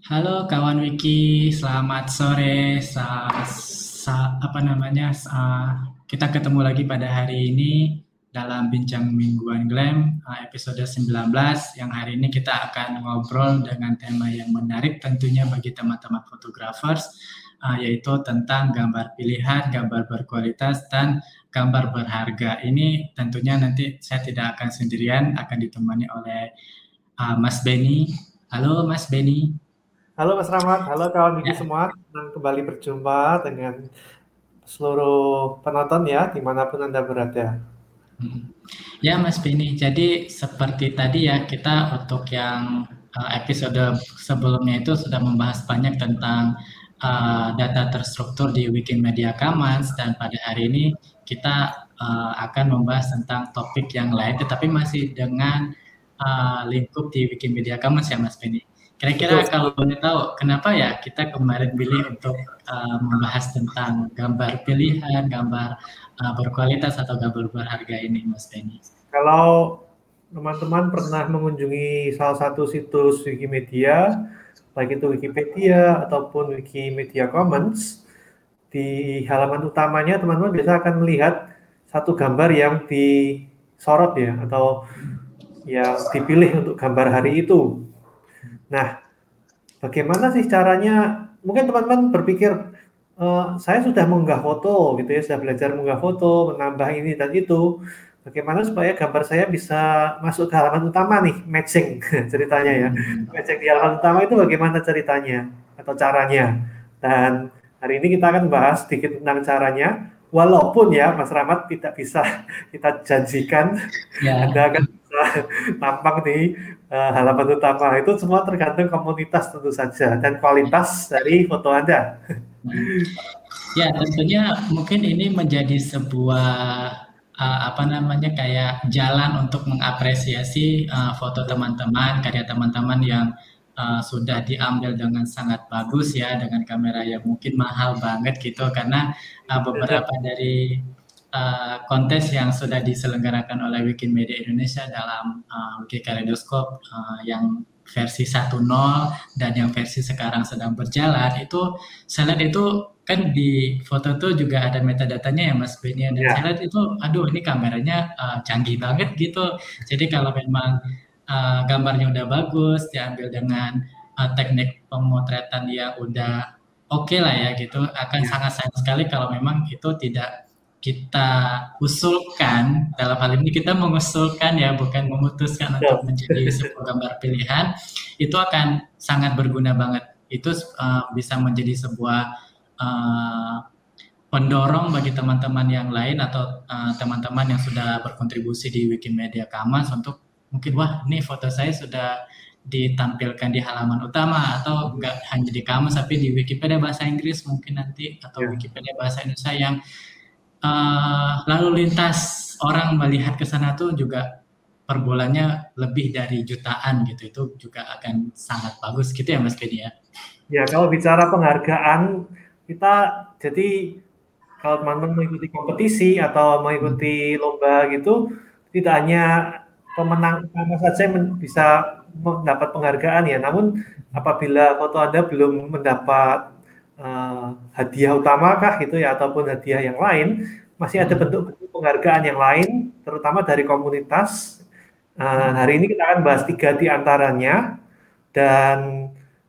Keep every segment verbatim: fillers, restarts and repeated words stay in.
Halo kawan Wiki, selamat sore. Sa, sa- apa namanya? sa- kita ketemu lagi pada hari ini dalam Bincang Mingguan Glam uh, episode sembilan belas yang hari ini kita akan ngobrol dengan tema yang menarik tentunya bagi teman-teman photographers, uh, yaitu tentang gambar pilihan, gambar berkualitas dan gambar berharga. Ini tentunya nanti saya tidak akan sendirian, akan ditemani oleh uh, Mas Beni. Halo Mas Beni. Halo Mas Rahmat, halo kawan Wiki Ya. semua. Senang kembali berjumpa dengan seluruh penonton ya, dimanapun Anda berada. Mm. Ya, Mas Beni. Jadi seperti tadi ya, kita untuk yang uh, episode sebelumnya itu sudah membahas banyak tentang uh, data terstruktur di Wikimedia Commons dan pada hari ini kita uh, akan membahas tentang topik yang lain, tetapi masih dengan uh, lingkup di Wikimedia Commons ya, Mas Beni. Betul Kira-kira kalau sekali. boleh tahu, kenapa ya kita kemarin pilih untuk uh, membahas tentang gambar pilihan, gambar uh, berkualitas atau gambar berharga ini, Mas Benny? Kalau teman-teman pernah mengunjungi salah satu situs Wikimedia, baik itu Wikipedia ataupun Wikimedia Commons, di halaman utamanya teman-teman biasa akan melihat satu gambar yang disorot ya, atau yang dipilih untuk gambar hari itu. Nah, bagaimana sih caranya? Mungkin teman-teman berpikir, eee, saya sudah mengunggah foto gitu ya, sudah belajar mengunggah foto, menambah ini dan itu. Bagaimana supaya gambar saya bisa masuk ke halaman utama nih, matching ceritanya ya. Matching di halaman utama itu bagaimana ceritanya atau caranya. Dan hari ini kita akan bahas sedikit tentang caranya, walaupun ya Mas Rahmat tidak bisa kita janjikan Anda Ya, akan bisa tampang di uh, halaman utama. Itu semua tergantung komunitas tentu saja dan kualitas dari foto Anda. ya tentunya mungkin ini menjadi sebuah uh, apa namanya kayak jalan untuk mengapresiasi uh, foto teman-teman, karya teman-teman yang uh, sudah diambil dengan sangat bagus ya dengan kamera yang mungkin mahal banget gitu karena uh, beberapa dari uh, kontes yang sudah diselenggarakan oleh Wikimedia Indonesia dalam uh, Wiki Kaleidoskop uh, yang versi satu titik nol dan yang versi sekarang sedang berjalan itu saya lihat itu kan di foto tuh juga ada metadatanya ya Mas Benia dan saya Ya, lihat itu aduh ini kameranya uh, canggih banget gitu. Jadi kalau memang uh, gambarnya udah bagus diambil dengan uh, teknik pemotretan yang udah oke okay lah ya gitu akan ya, sangat sayang sekali kalau memang itu tidak kita usulkan dalam hal ini kita mengusulkan ya bukan memutuskan untuk betul. menjadi sebuah gambar pilihan itu akan sangat berguna banget itu uh, bisa menjadi sebuah uh, pendorong bagi teman-teman yang lain atau uh, teman-teman yang sudah berkontribusi di Wikimedia Commons untuk mungkin wah ini foto saya sudah ditampilkan di halaman utama atau enggak hanya di Commons tapi di Wikipedia bahasa Inggris mungkin nanti atau Ya. Wikipedia bahasa Indonesia yang uh, lalu lintas orang melihat ke sana tuh juga per bulannya lebih dari jutaan gitu itu juga akan sangat bagus gitu ya Mas Bedi ya. Ya, kalau bicara penghargaan, kita jadi kalau teman-teman mengikuti kompetisi atau mengikuti lomba gitu, tidak hanya pemenang utama saja yang bisa mendapat penghargaan ya, namun apabila foto Anda belum mendapat uh, hadiah utama kah gitu ya, ataupun hadiah yang lain, masih ada bentuk-bentuk penghargaan yang lain, terutama dari komunitas. Uh, hari ini kita akan bahas tiga di antaranya, dan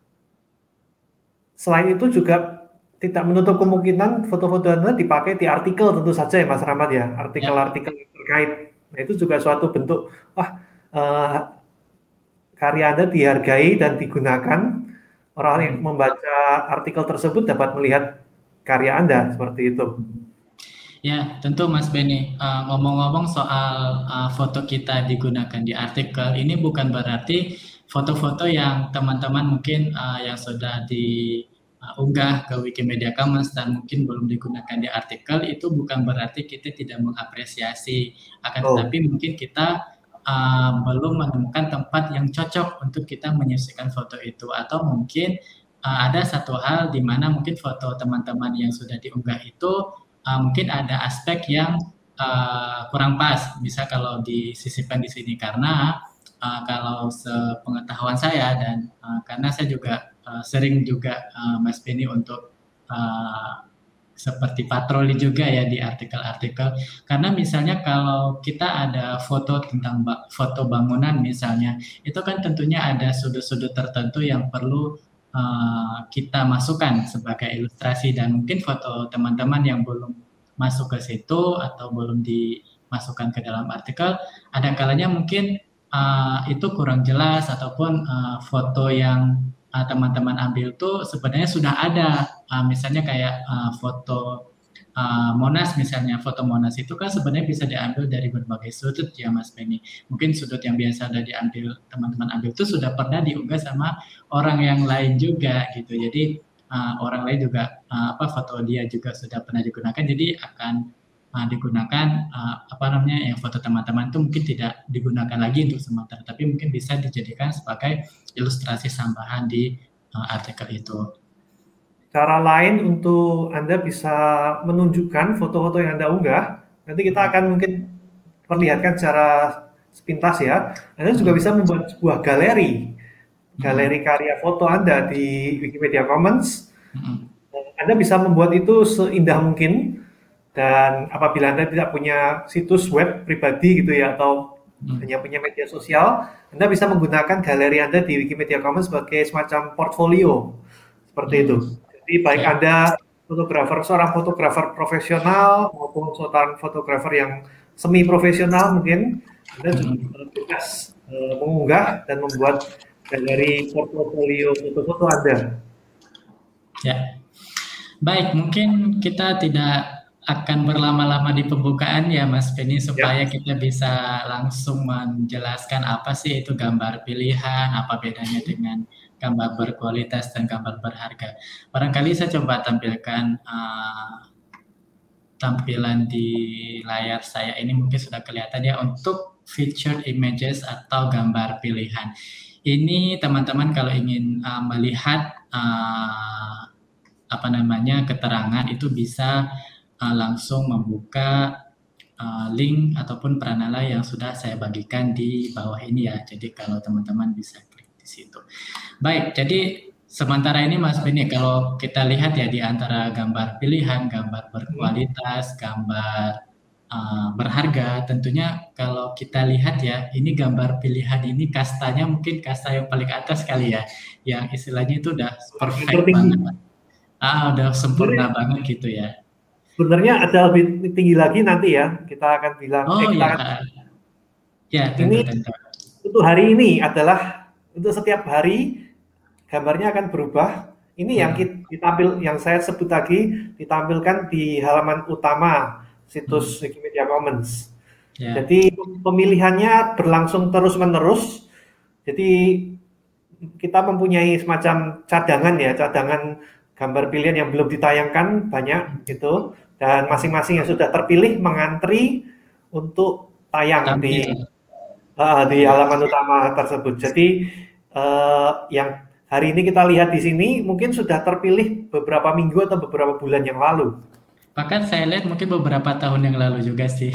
selain itu juga tidak menutup kemungkinan foto-foto Anda dipakai di artikel tentu saja ya Mas Rahmat ya, Ya. artikel-artikel yang terkait. Nah, itu juga suatu bentuk, wah, eh, karya Anda dihargai dan digunakan, orang yang membaca artikel tersebut dapat melihat karya Anda seperti itu. Ya, tentu Mas Beni. Uh, ngomong-ngomong soal uh, foto kita digunakan di artikel, ini bukan berarti foto-foto yang teman-teman mungkin uh, yang sudah diunggah ke Wikimedia Commons dan mungkin belum digunakan di artikel itu bukan berarti kita tidak mengapresiasi. Akan Oh, tetapi mungkin kita uh, belum menemukan tempat yang cocok untuk kita menyisipkan foto itu atau mungkin uh, ada satu hal di mana mungkin foto teman-teman yang sudah diunggah itu uh, mungkin ada aspek yang uh, kurang pas bisa kalau disisipkan di sini karena uh, kalau sepengetahuan saya dan uh, karena saya juga uh, sering juga uh, Mas Beni untuk uh, seperti patroli juga ya di artikel-artikel. Karena misalnya kalau kita ada foto tentang ba- foto bangunan misalnya, itu kan tentunya ada sudut-sudut tertentu yang perlu uh, kita masukkan sebagai ilustrasi dan mungkin foto teman-teman yang belum masuk ke situ atau belum dimasukkan ke dalam artikel, ada kalanya mungkin uh, itu kurang jelas ataupun uh, foto yang uh, teman-teman ambil tuh sebenarnya sudah ada. Uh, misalnya kayak uh, foto uh, Monas misalnya, foto Monas itu kan sebenarnya bisa diambil dari berbagai sudut ya Mas Benny. Mungkin sudut yang biasa sudah diambil teman-teman ambil itu sudah pernah diunggah sama orang yang lain juga gitu. Jadi uh, orang lain juga uh, apa foto dia juga sudah pernah digunakan. Jadi akan uh, digunakan uh, apa namanya yang foto teman-teman itu mungkin tidak digunakan lagi untuk sementara, tapi mungkin bisa dijadikan sebagai ilustrasi tambahan di uh, artikel itu. Cara lain untuk Anda bisa menunjukkan foto-foto yang Anda unggah, nanti kita akan mungkin perlihatkan secara sepintas ya. Anda juga bisa membuat sebuah galeri, galeri karya foto Anda di Wikimedia Commons. Anda bisa membuat itu seindah mungkin, dan apabila Anda tidak punya situs web pribadi gitu ya, atau hanya punya media sosial, Anda bisa menggunakan galeri Anda di Wikimedia Commons sebagai semacam portfolio, seperti itu. Jadi baik Anda fotografer, seorang fotografer profesional maupun seorang fotografer yang semi profesional mungkin, Anda juga bebas uh, mengunggah dan membuat galeri portfolio foto-foto Anda. Ya, baik, mungkin kita tidak akan berlama-lama di pembukaan ya Mas Benny supaya ya. Kita bisa langsung menjelaskan apa sih itu gambar pilihan, apa bedanya dengan gambar berkualitas dan gambar berharga. Barangkali saya coba tampilkan uh, tampilan di layar saya ini mungkin sudah kelihatan ya untuk featured images atau gambar pilihan. Ini teman-teman kalau ingin uh, melihat uh, apa namanya keterangan itu bisa uh, langsung membuka uh, link ataupun pranala yang sudah saya bagikan di bawah ini ya. Jadi kalau teman-teman bisa klik di situ. Baik, jadi sementara ini Mas Benny kalau kita lihat ya di antara gambar pilihan, gambar berkualitas, gambar uh, berharga, tentunya kalau kita lihat ya, ini gambar pilihan ini kastanya mungkin kasta yang paling atas kali ya, yang istilahnya itu udah perfect banget. Ah, udah sempurna sebenarnya, banget gitu ya. Sebenarnya ada lebih tinggi lagi nanti ya, kita akan bilang. Oh eh, kita ya, akan, ya tentu, ini tentu. Untuk hari ini adalah untuk setiap hari gambarnya akan berubah. Ini hmm. yang kita, ditampil, yang saya sebut tadi ditampilkan di halaman utama situs hmm. Wikimedia Commons. Yeah. Jadi pemilihannya berlangsung terus-menerus. Jadi kita mempunyai semacam cadangan ya, cadangan gambar pilihan yang belum ditayangkan banyak gitu, dan masing-masing yang sudah terpilih mengantri untuk tayang Tampil. di uh, di halaman utama tersebut. Jadi uh, yang hari ini kita lihat di sini mungkin sudah terpilih beberapa minggu atau beberapa bulan yang lalu. Bahkan saya lihat mungkin beberapa tahun yang lalu juga sih.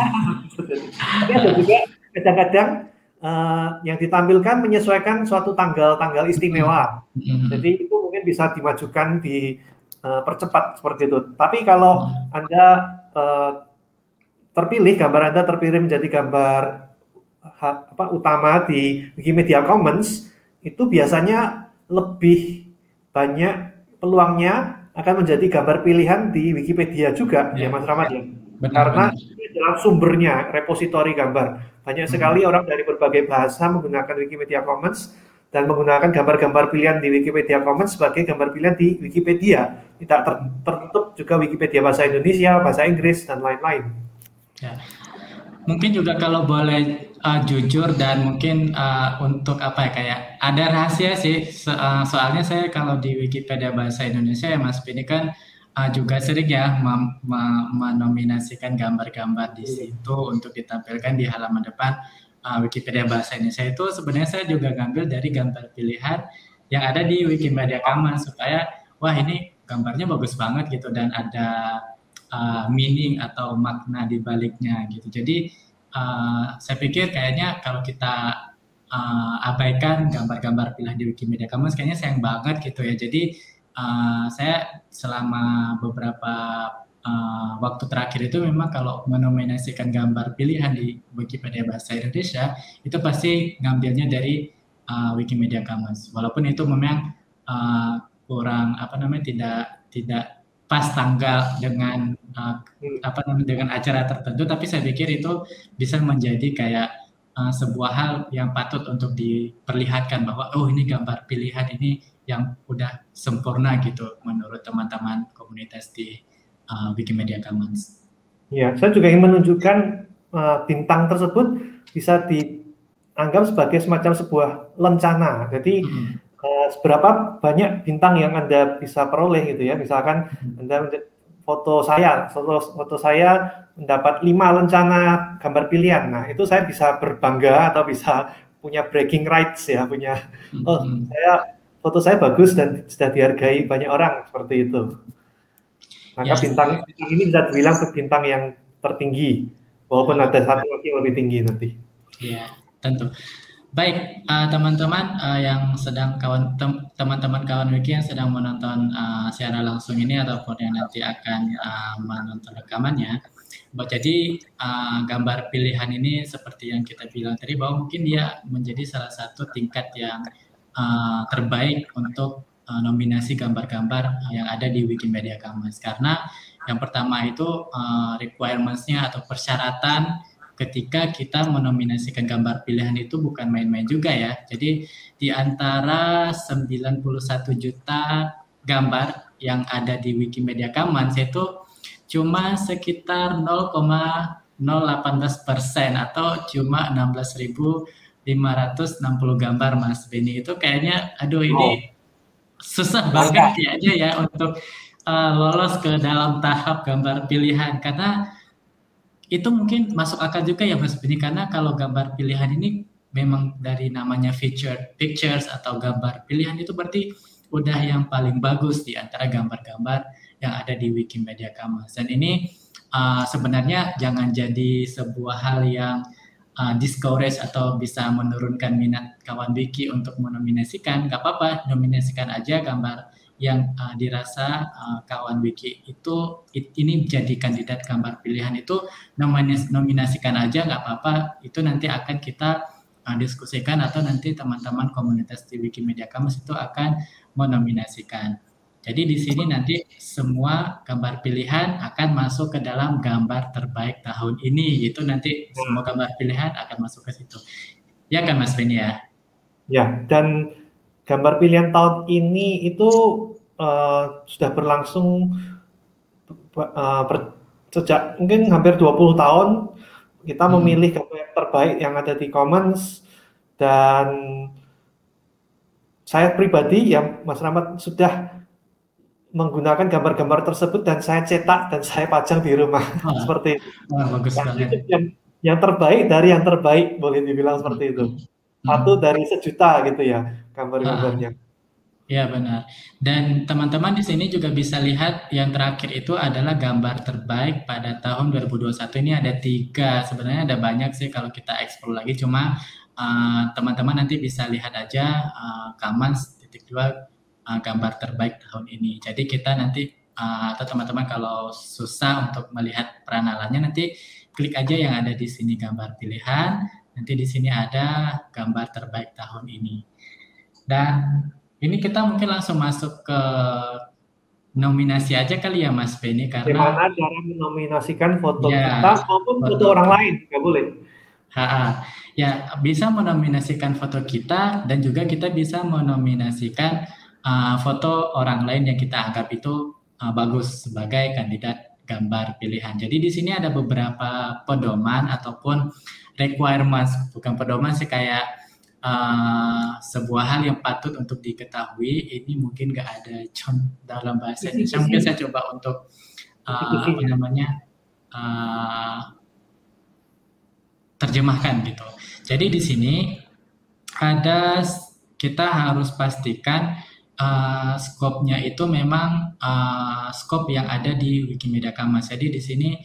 Tapi ada juga kadang-kadang uh, yang ditampilkan menyesuaikan suatu tanggal-tanggal istimewa. Mm-hmm. Jadi itu mungkin bisa dimajukan di uh, percepat seperti itu. Tapi kalau mm-hmm. Anda uh, terpilih, gambar Anda terpilih menjadi gambar ha, apa, utama di Wikimedia Commons, itu biasanya lebih banyak peluangnya akan menjadi gambar pilihan di Wikipedia juga, ya, ya Mas Rahmat ya. Benar, Karena benar. Ini adalah sumbernya, repositori gambar. Banyak hmm. sekali orang dari berbagai bahasa menggunakan Wikimedia Commons dan menggunakan gambar-gambar pilihan di Wikimedia Commons sebagai gambar pilihan di Wikipedia. Tidak ter- tertutup juga Wikipedia bahasa Indonesia, bahasa Inggris, dan lain-lain. Ya. Mungkin juga kalau boleh uh, jujur dan mungkin uh, untuk apa ya kayak ada rahasia sih so, uh, soalnya saya kalau di Wikipedia bahasa Indonesia ya Mas Bini kan uh, juga sering ya mem- mem- menominasikan gambar-gambar di situ untuk ditampilkan di halaman depan uh, Wikipedia bahasa Indonesia. Itu sebenarnya saya juga ngambil dari gambar pilihan yang ada di Wikimedia Commons supaya wah ini gambarnya bagus banget gitu dan ada Uh, meaning atau makna di baliknya gitu. Jadi uh, saya pikir kayaknya kalau kita uh, abaikan gambar-gambar pilihan di Wikimedia Commons, kayaknya sayang banget gitu ya. Jadi uh, saya selama beberapa uh, waktu terakhir itu memang kalau menominasikan gambar pilihan di Wikipedia Bahasa Indonesia itu pasti ngambilnya dari uh, Wikimedia Commons. Walaupun itu memang uh, kurang apa namanya tidak tidak pas tanggal dengan uh, apa namanya dengan acara tertentu, tapi saya pikir itu bisa menjadi kayak uh, sebuah hal yang patut untuk diperlihatkan bahwa oh ini gambar pilihan ini yang udah sempurna gitu menurut teman-teman komunitas di uh, Wikimedia Commons. Ya, saya juga ingin menunjukkan uh, bintang tersebut bisa dianggap sebagai semacam sebuah lencana. Jadi hmm. uh, seberapa banyak bintang yang Anda bisa peroleh gitu ya. Misalkan hmm. Anda foto saya, foto, foto saya mendapat lima lencana gambar pilihan. Nah, itu saya bisa berbangga atau bisa punya bragging rights ya, punya hmm. oh saya foto saya bagus dan sudah dihargai banyak orang seperti itu. Maka yes. bintang, bintang ini bisa dibilang bintang yang tertinggi, walaupun ada satu lagi yang lebih tinggi nanti. Iya, tentu. Baik, uh, teman-teman uh, yang sedang kawan tem, teman-teman kawan Wiki yang sedang menonton uh, secara langsung ini ataupun yang nanti akan uh, menonton rekamannya, jadi uh, gambar pilihan ini seperti yang kita bilang tadi bahwa mungkin dia menjadi salah satu tingkat yang uh, terbaik untuk nominasi gambar-gambar yang ada di Wikimedia Commons, karena yang pertama itu uh, requirements-nya atau persyaratan ketika kita menominasikan gambar pilihan itu bukan main-main juga ya. Jadi di antara sembilan puluh satu juta gambar yang ada di Wikimedia Commons itu cuma sekitar nol koma nol delapan persen atau cuma enam belas ribu lima ratus enam puluh gambar, Mas Beni. Itu kayaknya aduh ini oh. susah banget kayaknya ya untuk uh, lolos ke dalam tahap gambar pilihan, karena itu mungkin masuk akal juga ya Mas Beni, karena kalau gambar pilihan ini memang dari namanya featured pictures atau gambar pilihan itu berarti udah yang paling bagus di antara gambar-gambar yang ada di Wikimedia Commons. Dan ini uh, sebenarnya jangan jadi sebuah hal yang Uh, discourage atau bisa menurunkan minat kawan wiki untuk menominasikan. Gak apa-apa, nominasikan aja gambar yang uh, dirasa uh, kawan wiki itu it, ini jadi kandidat gambar pilihan itu nominas, nominasikan aja gak apa-apa. Itu nanti akan kita uh, diskusikan atau nanti teman-teman komunitas di Wikimedia Commons itu akan menominasikan. Jadi di sini nanti semua gambar pilihan akan masuk ke dalam gambar terbaik tahun ini. Itu nanti semua gambar pilihan akan masuk ke situ. Ya kan Mas Beni ya? Ya, dan gambar pilihan tahun ini itu uh, sudah berlangsung uh, ber, sejak mungkin hampir dua puluh tahun. Kita hmm. memilih gambar terbaik yang ada di Commons, dan saya pribadi ya Mas Rahmat sudah menggunakan gambar-gambar tersebut dan saya cetak dan saya pajang di rumah. Oh, seperti itu. Oh, bagus yang, banget. Yang, yang terbaik dari yang terbaik, boleh dibilang seperti itu. Satu hmm. dari sejuta gitu ya gambar-gambarnya. Iya benar. Dan teman-teman di sini juga bisa lihat yang terakhir itu adalah gambar terbaik pada tahun dua ribu dua puluh satu. Ini ada tiga. Sebenarnya ada banyak sih kalau kita explore lagi. Cuma uh, teman-teman nanti bisa lihat aja uh, Commons titik dua Uh, gambar terbaik tahun ini. Jadi kita nanti uh, atau teman-teman kalau susah untuk melihat peranalannya, nanti klik aja yang ada di sini gambar pilihan. Nanti di sini ada gambar terbaik tahun ini. Dan ini kita mungkin langsung masuk ke nominasi aja kali ya Mas Beni, karena gimana cara menominasikan foto ya, kita maupun foto, foto orang lain, nggak boleh. Ha-ha. Ya bisa menominasikan foto kita dan juga kita bisa menominasikan Uh, foto orang lain yang kita anggap itu uh, bagus sebagai kandidat gambar pilihan. Jadi di sini ada beberapa pedoman ataupun requirements, bukan pedoman sih, kayak uh, sebuah hal yang patut untuk diketahui. Ini mungkin nggak ada contoh dalam bahasa Indonesia. Mungkin saya coba untuk uh, apa namanya uh, terjemahkan gitu. Jadi di sini ada kita harus pastikan Uh, skopnya itu memang uh, skop yang ada di Wikimedia Commons. Jadi di sini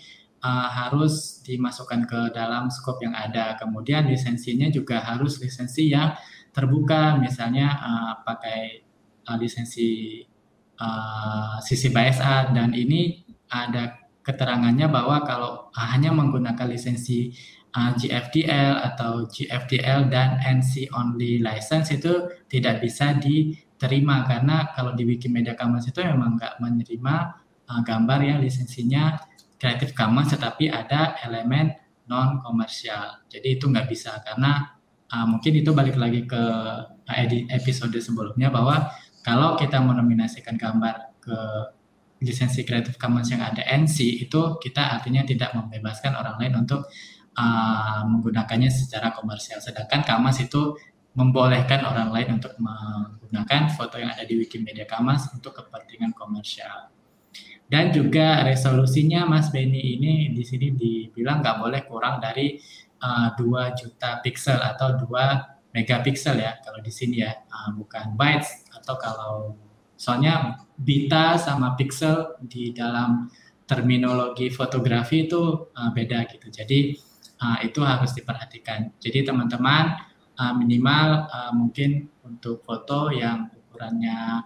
uh, harus dimasukkan ke dalam skop yang ada. Kemudian lisensinya juga harus lisensi yang terbuka, misalnya uh, pakai uh, lisensi uh, C C B Y S A, dan ini ada keterangannya bahwa kalau uh, hanya menggunakan lisensi uh, G F D L atau G F D L dan N C only license itu tidak bisa diterima, karena kalau di Wikimedia Commons itu memang nggak menerima uh, gambar yang lisensinya Creative Commons tetapi ada elemen non komersial. Jadi itu nggak bisa, karena uh, mungkin itu balik lagi ke uh, episode sebelumnya bahwa kalau kita menominasikan gambar ke lisensi Creative Commons yang ada N C, itu kita artinya tidak membebaskan orang lain untuk uh, menggunakannya secara komersial. Sedangkan Commons itu membolehkan orang lain untuk menggunakan foto yang ada di Wikimedia Commons untuk kepentingan komersial. Dan juga resolusinya Mas Benny ini di sini dibilang nggak boleh kurang dari uh, dua juta piksel atau dua megapiksel ya kalau di sini ya, uh, bukan bytes. Atau kalau soalnya bita sama piksel di dalam terminologi fotografi itu uh, beda gitu. Jadi uh, itu harus diperhatikan. Jadi teman-teman uh, minimal uh, mungkin untuk foto yang ukurannya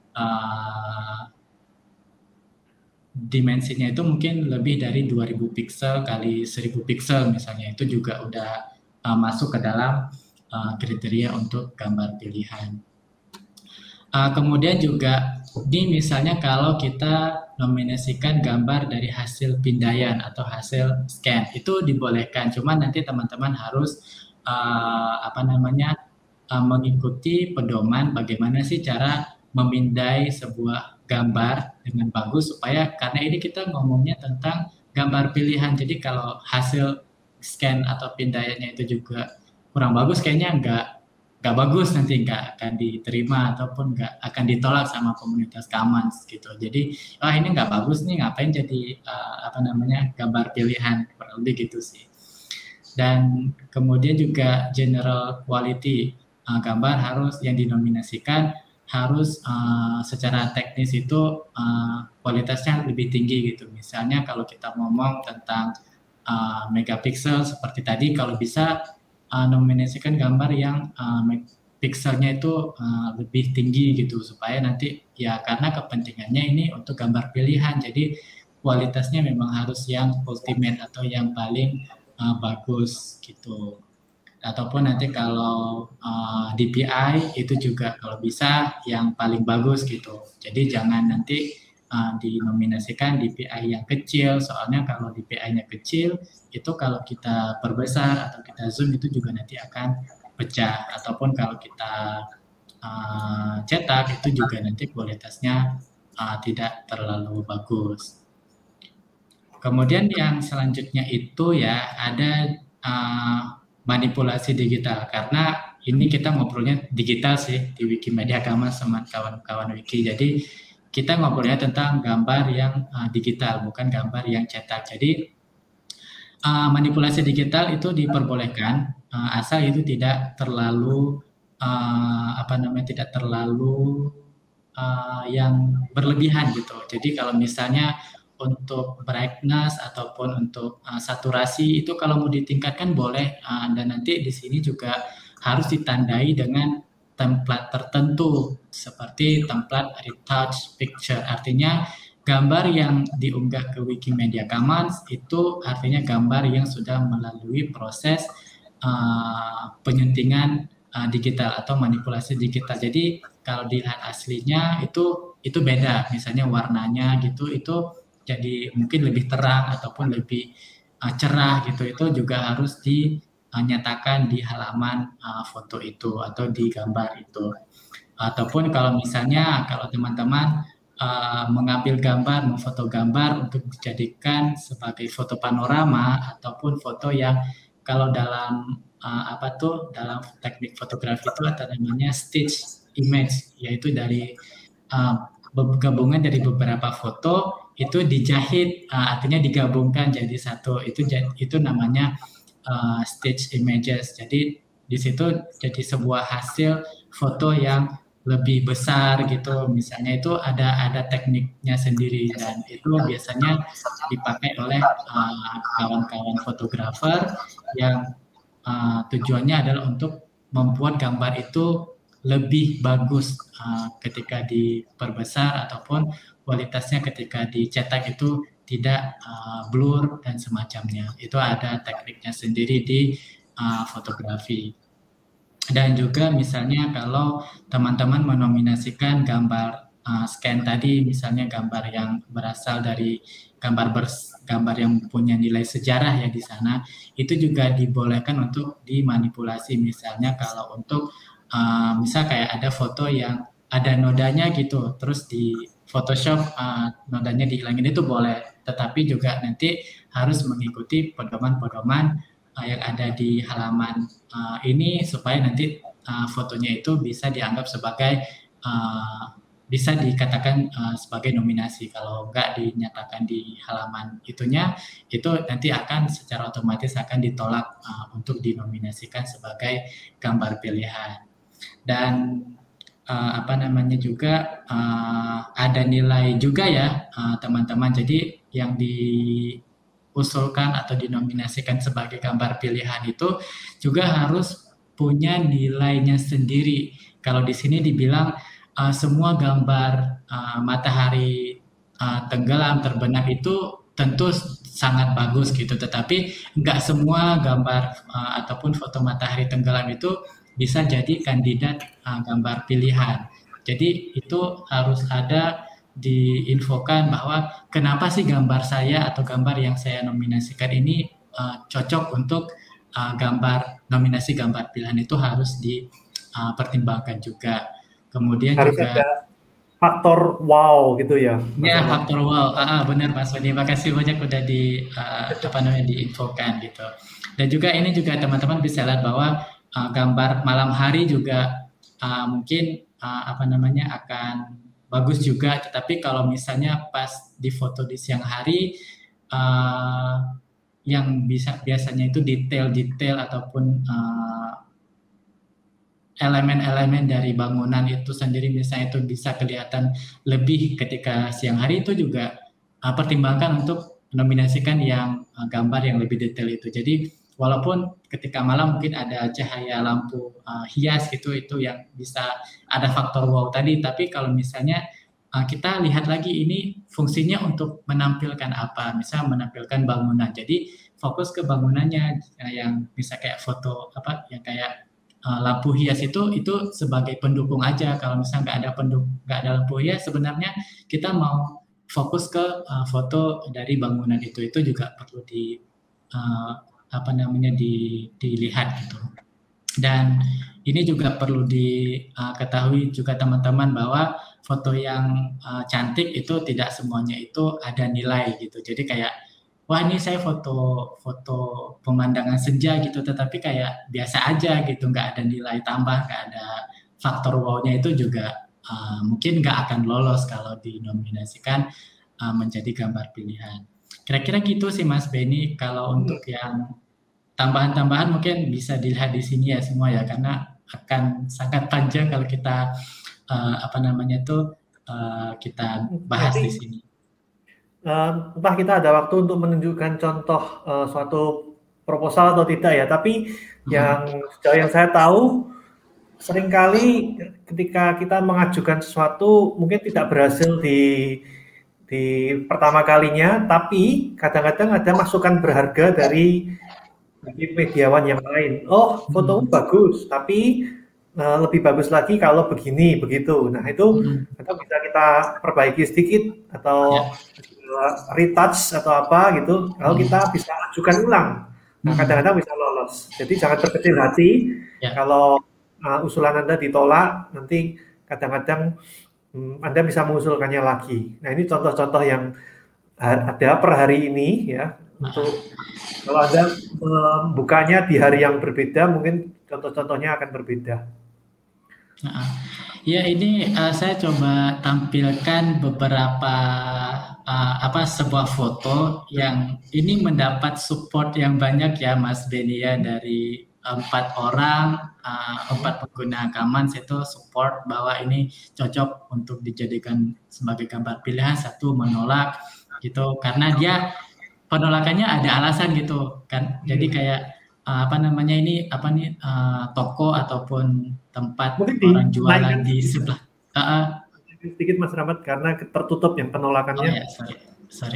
uh, dimensinya itu mungkin lebih dari dua ribu piksel kali seribu piksel misalnya, itu juga udah uh, masuk ke dalam uh, kriteria untuk gambar pilihan. Uh, kemudian juga ini misalnya kalau kita nominasikan gambar dari hasil pindaian atau hasil scan, itu dibolehkan. Cuman nanti teman-teman harus uh, apa namanya uh, mengikuti pedoman bagaimana sih cara memindai sebuah gambar dengan bagus, supaya karena ini kita ngomongnya tentang gambar pilihan. Jadi kalau hasil scan atau pindaiannya itu juga kurang bagus, kayaknya enggak nggak bagus, nanti nggak akan diterima ataupun nggak akan ditolak sama komunitas Commons gitu. Jadi wah oh, ini nggak bagus nih, ngapain jadi uh, apa namanya gambar pilihan, kurang lebih gitu sih. Dan kemudian juga general quality, uh, gambar harus yang dinominasikan harus uh, secara teknis itu uh, kualitasnya lebih tinggi gitu. Misalnya kalau kita ngomong tentang uh, megapiksel seperti tadi, kalau bisa Uh, nominasikan gambar yang uh, pixelnya itu uh, lebih tinggi gitu, supaya nanti ya karena kepentingannya ini untuk gambar pilihan, jadi kualitasnya memang harus yang ultimate atau yang paling uh, bagus gitu. Ataupun nanti kalau uh, D P I itu juga kalau bisa yang paling bagus gitu. Jadi jangan nanti uh, dinominasikan D P I yang kecil, soalnya kalau D P I-nya kecil itu kalau kita perbesar atau kita zoom itu juga nanti akan pecah. Ataupun kalau kita uh, cetak itu juga nanti kualitasnya uh, tidak terlalu bagus. Kemudian yang selanjutnya itu ya ada uh, manipulasi digital, karena ini kita ngobrolnya digital sih di Wikimedia Commons sama kawan-kawan wiki. Jadi kita ngobrolnya tentang gambar yang uh, digital, bukan gambar yang cetak. Jadi Uh, manipulasi digital itu diperbolehkan uh, asal itu tidak terlalu uh, apa namanya tidak terlalu uh, yang berlebihan gitu. Jadi kalau misalnya untuk brightness ataupun untuk uh, saturasi itu kalau mau ditingkatkan boleh, uh, dan nanti di sini juga harus ditandai dengan template tertentu seperti template retouch picture, artinya gambar yang diunggah ke Wikimedia Commons itu artinya gambar yang sudah melalui proses uh, penyuntingan uh, digital atau manipulasi digital. Jadi kalau dilihat aslinya itu itu beda, misalnya warnanya gitu itu jadi mungkin lebih terang ataupun lebih uh, cerah gitu. Itu juga harus dinyatakan di halaman uh, foto itu atau di gambar itu. Ataupun kalau misalnya kalau teman-teman Uh, mengambil gambar, memfoto gambar untuk dijadikan sebagai foto panorama ataupun foto yang kalau dalam uh, apa tuh dalam teknik fotografi itu ada namanya stitch image, yaitu dari uh, gabungan dari beberapa foto itu dijahit, uh, artinya digabungkan jadi satu, itu itu namanya uh, stitch images. Jadi di situ jadi sebuah hasil foto yang lebih besar gitu, misalnya itu ada ada tekniknya sendiri dan itu biasanya dipakai oleh uh, kawan-kawan fotografer yang uh, tujuannya adalah untuk membuat gambar itu lebih bagus uh, ketika diperbesar ataupun kualitasnya ketika dicetak itu tidak uh, blur dan semacamnya. Itu ada tekniknya sendiri di uh, fotografi. Dan juga misalnya kalau teman-teman menominasikan gambar uh, scan tadi, misalnya gambar yang berasal dari gambar bers, gambar yang punya nilai sejarah ya di sana, itu juga dibolehkan untuk dimanipulasi. Misalnya kalau untuk uh, misal kayak ada foto yang ada nodanya gitu, terus di Photoshop uh, nodanya dihilangin itu boleh, tetapi juga nanti harus mengikuti pedoman-pedoman uh, yang ada di halaman uh, ini supaya nanti uh, fotonya itu bisa dianggap sebagai uh, bisa dikatakan uh, sebagai nominasi. Kalau nggak dinyatakan di halaman itunya, itu nanti akan secara otomatis akan ditolak uh, untuk dinominasikan sebagai gambar pilihan. Dan uh, apa namanya juga uh, ada nilai juga ya uh, teman-teman. Jadi yang di usulkan atau dinominasikan sebagai gambar pilihan itu juga harus punya nilainya sendiri. Kalau di sini dibilang uh, semua gambar uh, matahari uh, tenggelam terbenam itu tentu sangat bagus gitu, tetapi nggak semua gambar uh, ataupun foto matahari tenggelam itu bisa jadi kandidat uh, gambar pilihan. Jadi itu harus ada diinfokan bahwa kenapa sih gambar saya atau gambar yang saya nominasikan ini uh, cocok untuk uh, gambar nominasi gambar pilihan, itu harus dipertimbangkan uh, juga. Kemudian harus juga ada faktor wow gitu ya. Ya, faktor wow. Ah, ah, benar Mas Wadi. Makasih banyak udah di uh, apa namanya diinfokan gitu. Dan juga ini juga teman-teman bisa lihat bahwa uh, gambar malam hari juga uh, mungkin uh, apa namanya akan bagus juga, tetapi kalau misalnya pas di foto di siang hari uh, yang bisa biasanya itu detail-detail ataupun uh, elemen-elemen dari bangunan itu sendiri misalnya itu bisa kelihatan lebih ketika siang hari, itu juga uh, pertimbangkan untuk nominasikan yang uh, gambar yang lebih detail itu. Jadi walaupun ketika malam mungkin ada cahaya lampu uh, hias gitu, itu yang bisa ada faktor wow tadi, tapi kalau misalnya uh, kita lihat lagi ini fungsinya untuk menampilkan apa, misal menampilkan bangunan, jadi fokus ke bangunannya uh, yang bisa kayak foto apa yang kayak uh, lampu hias itu itu sebagai pendukung aja. Kalau misalnya nggak ada pendukung, nggak ada lampu hias, sebenarnya kita mau fokus ke uh, foto dari bangunan itu itu juga perlu di uh, apa namanya di, dilihat gitu. Dan ini juga perlu diketahui uh, juga teman-teman bahwa foto yang uh, cantik itu tidak semuanya itu ada nilai gitu. Jadi kayak wah ini saya foto foto pemandangan senja gitu, tetapi kayak biasa aja gitu, nggak ada nilai tambah, nggak ada faktor wow-nya, itu juga uh, mungkin nggak akan lolos kalau dinominasikan uh, menjadi gambar pilihan. Kira-kira gitu sih Mas Benny. Kalau untuk yang tambahan-tambahan mungkin bisa dilihat di sini ya semua ya, karena akan sangat panjang kalau kita uh, apa namanya tuh uh, kita bahas Jadi, di sini. Uh, entah kita ada waktu untuk menunjukkan contoh uh, suatu proposal atau tidak ya, tapi hmm. yang sejauh yang saya tahu seringkali ketika kita mengajukan sesuatu mungkin tidak berhasil di di pertama kalinya, tapi kadang-kadang ada masukan berharga dari mediawan yang lain. Oh, fotomu hmm. bagus, tapi uh, lebih bagus lagi kalau begini, begitu. Nah, itu hmm. atau bisa kita perbaiki sedikit atau ya. retouch atau apa gitu. Kalau hmm. kita bisa ajukan ulang, nah kadang-kadang bisa lolos. Jadi jangan berkecil hati ya. Kalau uh, usulan Anda ditolak, nanti kadang-kadang um, Anda bisa mengusulkannya lagi. Nah, ini contoh-contoh yang ada per hari ini ya. Untuk kalau Anda membukanya di hari yang berbeda, mungkin contoh-contohnya akan berbeda. Nah, ya ini uh, saya coba tampilkan beberapa uh, apa sebuah foto yang ini mendapat support yang banyak ya Mas Benny ya, dari empat orang, uh, empat pengguna Commons itu support bahwa ini cocok untuk dijadikan sebagai gambar pilihan, satu menolak gitu karena dia penolakannya ada alasan gitu kan. Jadi kayak uh, apa namanya ini apa nih uh, toko ataupun tempat Mungkin orang jualan dinaikkan di sedikit, sebelah. Uh, uh, sedikit Mas Rahmat karena tertutup yang oh penolakannya. ya, sorry, sorry.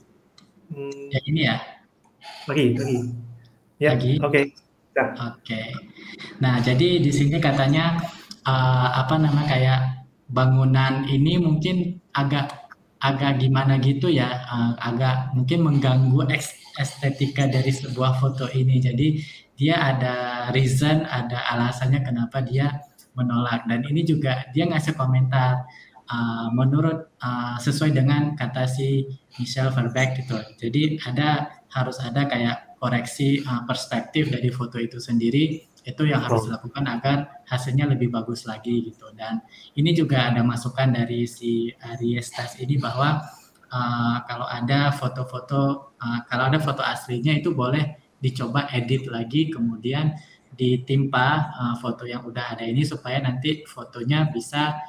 Hmm, Ya ini ya. lagi, lagi. Ya, Lagi. oke. Okay. Oke. Okay. Nah, jadi di sini katanya uh, apa namanya kayak bangunan ini mungkin agak agak gimana gitu ya, uh, agak mungkin mengganggu estetika dari sebuah foto ini. Jadi dia ada reason, ada alasannya kenapa dia menolak. Dan ini juga dia ngasih komentar uh, menurut uh, sesuai dengan kata si Michel Verbeek gitu. Jadi ada harus ada kayak koreksi uh, perspektif dari foto itu sendiri, itu yang harus dilakukan agar hasilnya lebih bagus lagi gitu. Dan ini juga ada masukan dari si Aries Tas ini bahwa uh, kalau ada foto-foto uh, kalau ada foto aslinya itu boleh dicoba edit lagi kemudian ditimpa uh, foto yang udah ada ini supaya nanti fotonya bisa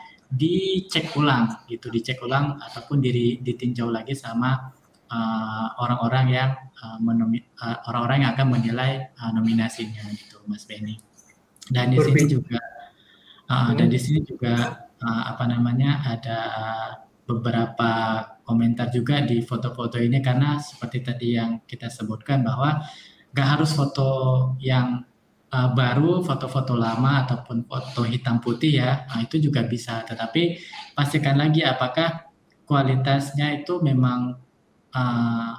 dicek ulang gitu, dicek ulang ataupun diri ditinjau lagi sama uh, orang-orang yang uh, menomi, uh, orang-orang yang akan menilai uh, nominasinya gitu, Mas Benny. Dan di sini juga uh, dan di sini juga uh, apa namanya ada beberapa komentar juga di foto-foto ini karena seperti tadi yang kita sebutkan bahwa nggak harus foto yang uh, baru, foto-foto lama ataupun foto hitam putih ya, nah, itu juga bisa. Tetapi pastikan lagi apakah kualitasnya itu memang uh,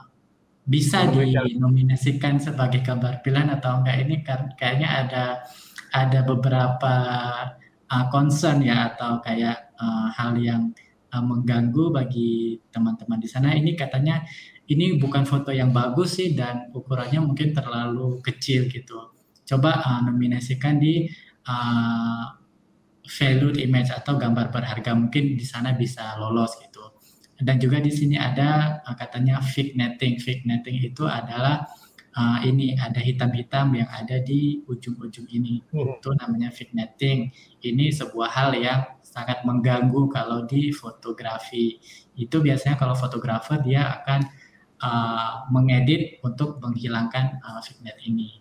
bisa dinominasikan sebagai gambar pilihan atau enggak. Ini kan kayaknya ada ada beberapa uh, concern ya atau kayak uh, hal yang uh, mengganggu bagi teman-teman di sana. Ini katanya ini bukan foto yang bagus sih dan ukurannya mungkin terlalu kecil gitu. Coba uh, nominasikan di uh, valued image atau gambar berharga, mungkin di sana bisa lolos gitu. Dan juga di sini ada uh, katanya vignetting. Vignetting itu adalah uh, ini ada hitam-hitam yang ada di ujung-ujung ini. Hmm. Itu namanya vignetting. Ini sebuah hal yang sangat mengganggu kalau di fotografi. Itu biasanya kalau fotografer dia akan uh, mengedit untuk menghilangkan uh, vignet ini.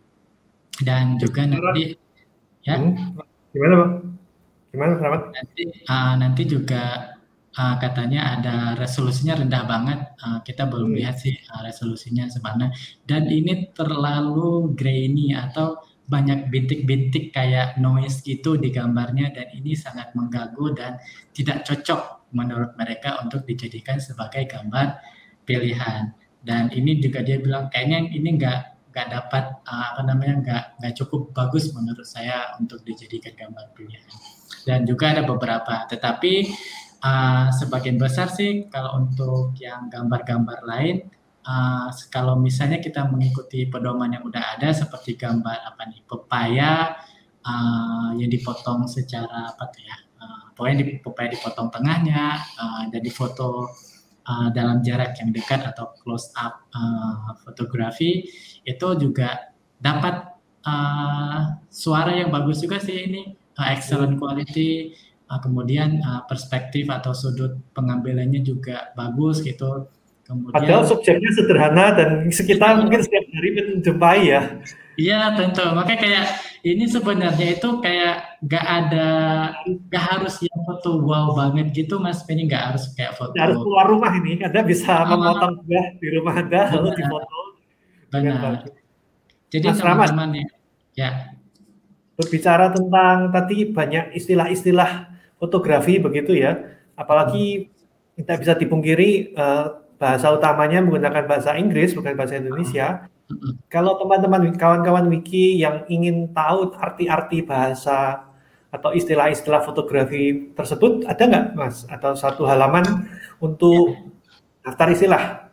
Dan juga nanti ya. Hmm. Gimana, Bang? Gimana, Selamat? Nanti uh, nanti juga uh, katanya ada resolusinya rendah banget. Uh, kita belum hmm. lihat sih uh, resolusinya sebenarnya. Dan ini terlalu grainy atau banyak bintik-bintik kayak noise gitu di gambarnya dan ini sangat mengganggu dan tidak cocok menurut mereka untuk dijadikan sebagai gambar pilihan. Dan ini juga dia bilang kayaknya ini enggak nggak dapat uh, apa namanya nggak nggak cukup bagus menurut saya untuk dijadikan gambar pilihan. Dan juga ada beberapa, tetapi uh, sebagian besar sih kalau untuk yang gambar-gambar lain, uh, kalau misalnya kita mengikuti pedoman yang udah ada seperti gambar apa nih pepaya uh, yang dipotong secara apa tuh ya, uh, pokoknya di, pepaya dipotong tengahnya uh, dan difoto uh, dalam jarak yang dekat atau close up uh, fotografi itu juga dapat uh, suara yang bagus juga sih ini. Excellent quality, uh, kemudian uh, perspektif atau sudut pengambilannya juga bagus gitu. Kemudian, padahal subjeknya sederhana dan sekitar mungkin setiap hari menjumpai ya. Iya tentu, makanya kayak ini sebenarnya itu kayak gak ada, gak harus yang foto wow banget gitu Mas Penny, gak harus kayak foto. Gak harus keluar rumah ini, Anda bisa oh, memotong buah di rumah Anda lalu difoto. Benar. Jadi teman-teman ya. Berbicara tentang tadi banyak istilah-istilah fotografi begitu ya, apalagi tidak bisa dipungkiri uh, bahasa utamanya menggunakan bahasa Inggris bukan bahasa Indonesia. Kalau teman-teman kawan-kawan wiki yang ingin tahu arti-arti bahasa atau istilah-istilah fotografi tersebut ada nggak Mas? Atau satu halaman untuk daftar istilah?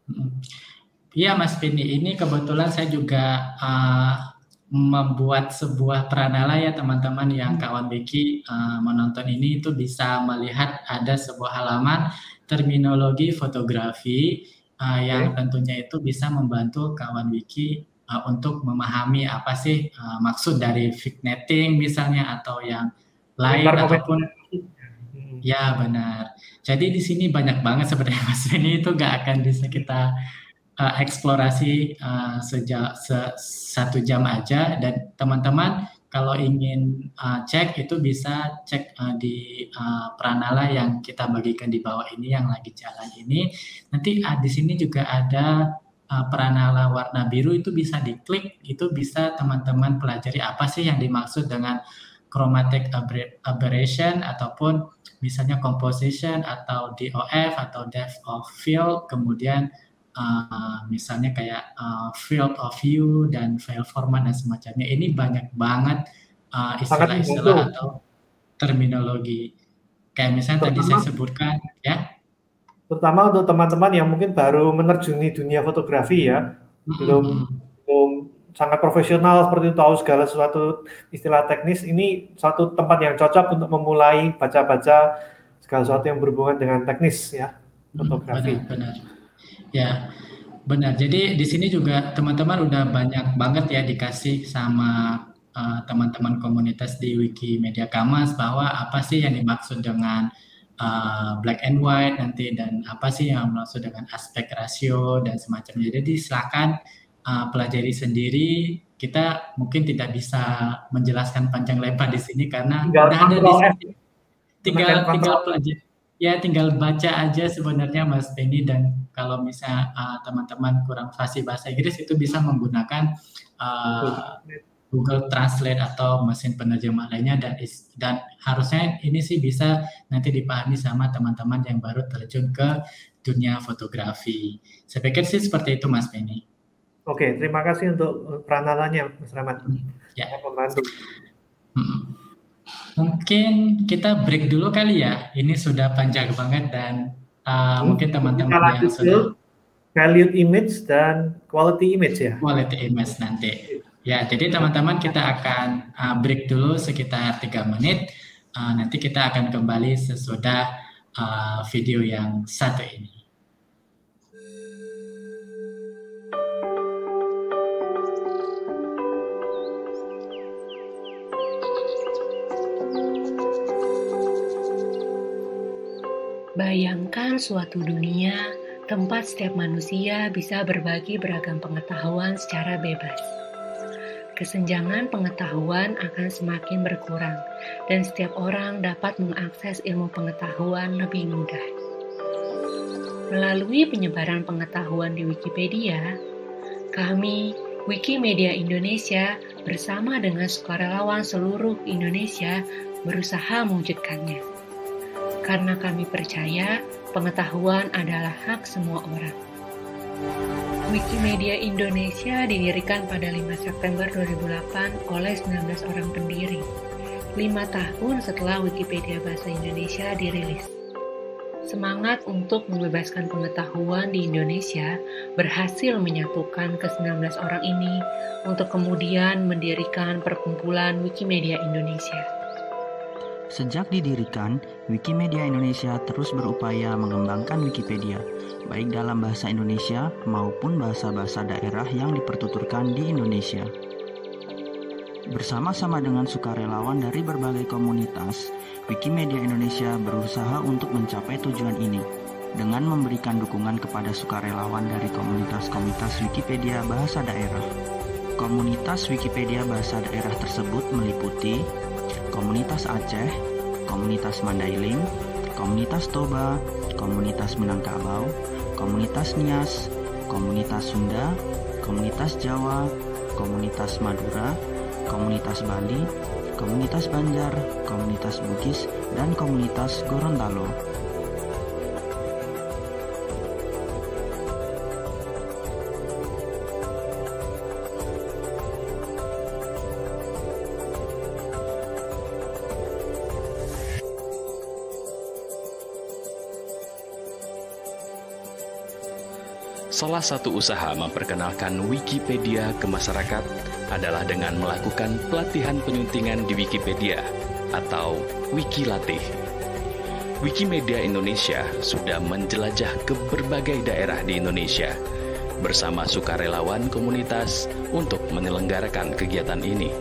Iya Mas Pini, ini kebetulan saya juga uh, membuat sebuah pranala ya teman-teman yang kawan Wiki uh, menonton ini itu bisa melihat ada sebuah halaman terminologi fotografi uh, yang tentunya itu bisa membantu kawan Wiki uh, untuk memahami apa sih uh, maksud dari vigneting misalnya atau yang lain ataupun ya benar. Jadi di sini banyak banget sebenarnya Mas Benny, itu nggak akan bisa kita uh, eksplorasi uh, sejak se, satu jam aja, dan teman-teman kalau ingin uh, cek itu bisa cek uh, di uh, Pranala yang kita bagikan di bawah ini yang lagi jalan ini. Nanti uh, di sini juga ada uh, Pranala warna biru, itu bisa diklik, itu bisa teman-teman pelajari apa sih yang dimaksud dengan chromatic aberration ataupun misalnya composition atau D O F atau depth of field, kemudian Uh, misalnya kayak uh, field of view dan file format dan semacamnya. Ini banyak banget uh, istilah-istilah atau terminologi. Kayak misalnya terutama, tadi saya sebutkan, ya. Terutama untuk teman-teman yang mungkin baru menerjuni dunia fotografi ya, mm-hmm. belum belum sangat profesional seperti itu, tahu segala sesuatu istilah teknis. Ini satu tempat yang cocok untuk memulai baca-baca segala sesuatu yang berhubungan dengan teknis ya, fotografi. Benar-benar. Ya, benar. Jadi di sini juga teman-teman udah banyak banget ya dikasih sama uh, teman-teman komunitas di Wikimedia Commons bahwa apa sih yang dimaksud dengan uh, black and white nanti, dan apa sih yang dimaksud dengan aspek rasio dan semacamnya. Jadi silakan uh, pelajari sendiri. Kita mungkin tidak bisa menjelaskan panjang lebar di sini karena tinggal udah ada di sini. Tinggal tinggal pelajari. Ya tinggal baca aja sebenarnya Mas Benny, dan kalau misalnya uh, teman-teman kurang fasih bahasa Inggris itu bisa menggunakan uh, Google Translate atau mesin penerjemah lainnya, dan dan harusnya ini sih bisa nanti dipahami sama teman-teman yang baru terjun ke dunia fotografi. Saya pikir sih seperti itu Mas Benny. Oke, terima kasih untuk peranalanya Mas Rahmat. Ya. Membantu. Hmm. Mungkin kita break dulu kali ya. Ini sudah panjang banget dan uh, hmm, mungkin teman-teman yang sudah value image dan quality image ya. Quality image nanti. Ya, jadi teman-teman kita akan uh, break dulu sekitar tiga menit. Uh, nanti kita akan kembali sesudah uh, video yang satu ini. Bayangkan suatu dunia tempat setiap manusia bisa berbagi beragam pengetahuan secara bebas. Kesenjangan pengetahuan akan semakin berkurang dan setiap orang dapat mengakses ilmu pengetahuan lebih mudah. Melalui penyebaran pengetahuan di Wikipedia, kami, Wikimedia Indonesia, bersama dengan sukarelawan seluruh Indonesia berusaha mewujudkannya. Karena kami percaya pengetahuan adalah hak semua orang. Wikimedia Indonesia didirikan pada lima September dua ribu delapan oleh sembilan belas orang pendiri, lima tahun setelah Wikipedia Bahasa Indonesia dirilis. Semangat untuk membebaskan pengetahuan di Indonesia berhasil menyatukan ke sembilan belas orang ini untuk kemudian mendirikan perkumpulan Wikimedia Indonesia. Sejak didirikan, Wikimedia Indonesia terus berupaya mengembangkan Wikipedia, baik dalam bahasa Indonesia maupun bahasa-bahasa daerah yang dipertuturkan di Indonesia. Bersama-sama dengan sukarelawan dari berbagai komunitas, Wikimedia Indonesia berusaha untuk mencapai tujuan ini, dengan memberikan dukungan kepada sukarelawan dari komunitas-komunitas Wikipedia Bahasa Daerah. Komunitas Wikipedia Bahasa Daerah tersebut meliputi Komunitas Aceh, Komunitas Mandailing, Komunitas Toba, Komunitas Minangkabau, Komunitas Nias, Komunitas Sunda, Komunitas Jawa, Komunitas Madura, Komunitas Bali, Komunitas Banjar, Komunitas Bugis, dan Komunitas Gorontalo. Salah satu usaha memperkenalkan Wikipedia ke masyarakat adalah dengan melakukan pelatihan penyuntingan di Wikipedia atau Wikilatih. Wikimedia Indonesia sudah menjelajah ke berbagai daerah di Indonesia bersama sukarelawan komunitas untuk menyelenggarakan kegiatan ini.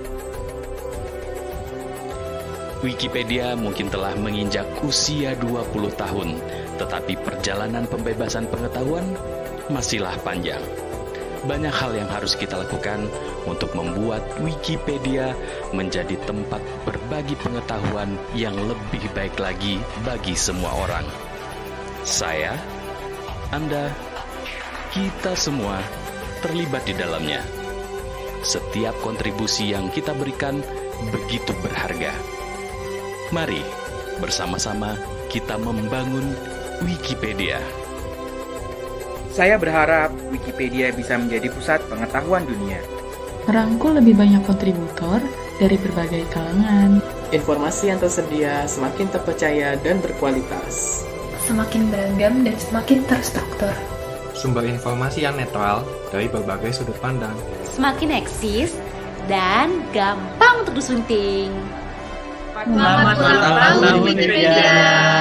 Wikipedia mungkin telah menginjak usia dua puluh tahun, tetapi perjalanan pembebasan pengetahuan masihlah panjang. Banyak hal yang harus kita lakukan untuk membuat Wikipedia menjadi tempat berbagi pengetahuan yang lebih baik lagi bagi semua orang. Saya, Anda, kita semua terlibat di dalamnya. Setiap kontribusi yang kita berikan begitu berharga. Mari bersama-sama kita membangun Wikipedia. Saya berharap Wikipedia bisa menjadi pusat pengetahuan dunia. Merangkul lebih banyak kontributor dari berbagai kalangan. Informasi yang tersedia semakin terpercaya dan berkualitas. Semakin beragam dan semakin terstruktur. Sumber informasi yang netral dari berbagai sudut pandang. Semakin eksis dan gampang untuk disunting. Selamat ulang tahun Wikipedia.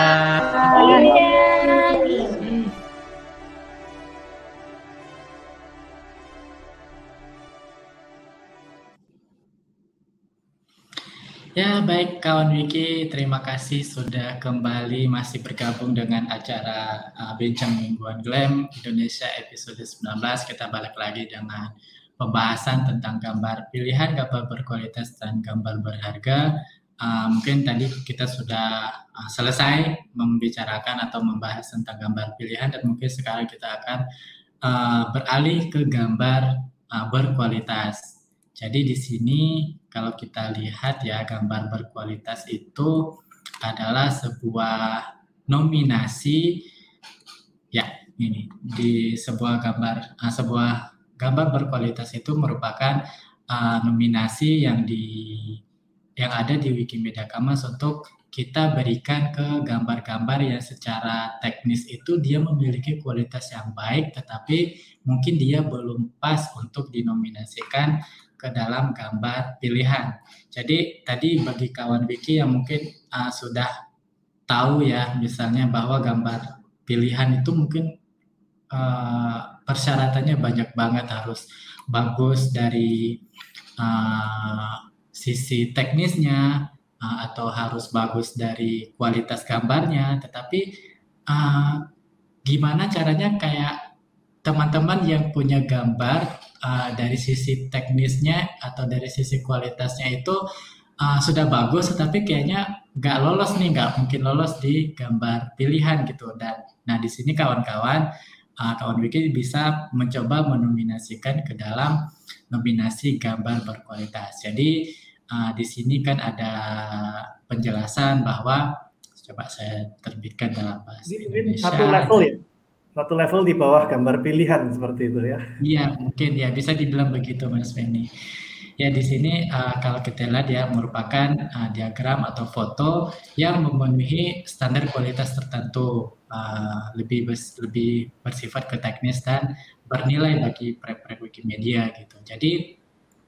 Ya, baik kawan Wiki, terima kasih sudah kembali masih bergabung dengan acara uh, Bincang Mingguan Glam Indonesia episode sembilan belas. Kita balik lagi dengan pembahasan tentang gambar pilihan, gambar berkualitas, dan gambar berharga. Uh, mungkin tadi kita sudah uh, selesai membicarakan atau membahas tentang gambar pilihan, dan mungkin sekarang kita akan uh, beralih ke gambar uh, berkualitas. Jadi di sini kalau kita lihat ya, gambar berkualitas itu adalah sebuah nominasi ya, ini di sebuah gambar uh, sebuah gambar berkualitas itu merupakan uh, nominasi yang di yang ada di Wikimedia Commons untuk kita berikan ke gambar-gambar yang secara teknis itu dia memiliki kualitas yang baik, tetapi mungkin dia belum pas untuk dinominasikan ke dalam gambar pilihan. Jadi tadi bagi kawan Wiki yang mungkin uh, sudah tahu ya, misalnya bahwa gambar pilihan itu mungkin uh, persyaratannya banyak banget, harus bagus dari uh, sisi teknisnya, uh, atau harus bagus dari kualitas gambarnya, tetapi uh, gimana caranya kayak teman-teman yang punya gambar uh, dari sisi teknisnya atau dari sisi kualitasnya itu uh, sudah bagus, tetapi kayaknya nggak lolos nih, nggak mungkin lolos di gambar pilihan gitu. Dan nah di sini kawan-kawan, uh, kawan Wiki bisa mencoba menominasikan ke dalam nominasi gambar berkualitas. Jadi uh, di sini kan ada penjelasan bahwa, coba saya terbitkan dalam bahasa Indonesia. Satu level ya? Satu level di bawah gambar pilihan seperti itu ya? Iya, mungkin ya bisa dibilang begitu Mas Benny. Ya di sini uh, kalau kita lihat ya, merupakan uh, diagram atau foto yang memenuhi standar kualitas tertentu, uh, lebih bes, lebih bersifat ke teknis dan bernilai bagi prep-prep Wikimedia gitu. Jadi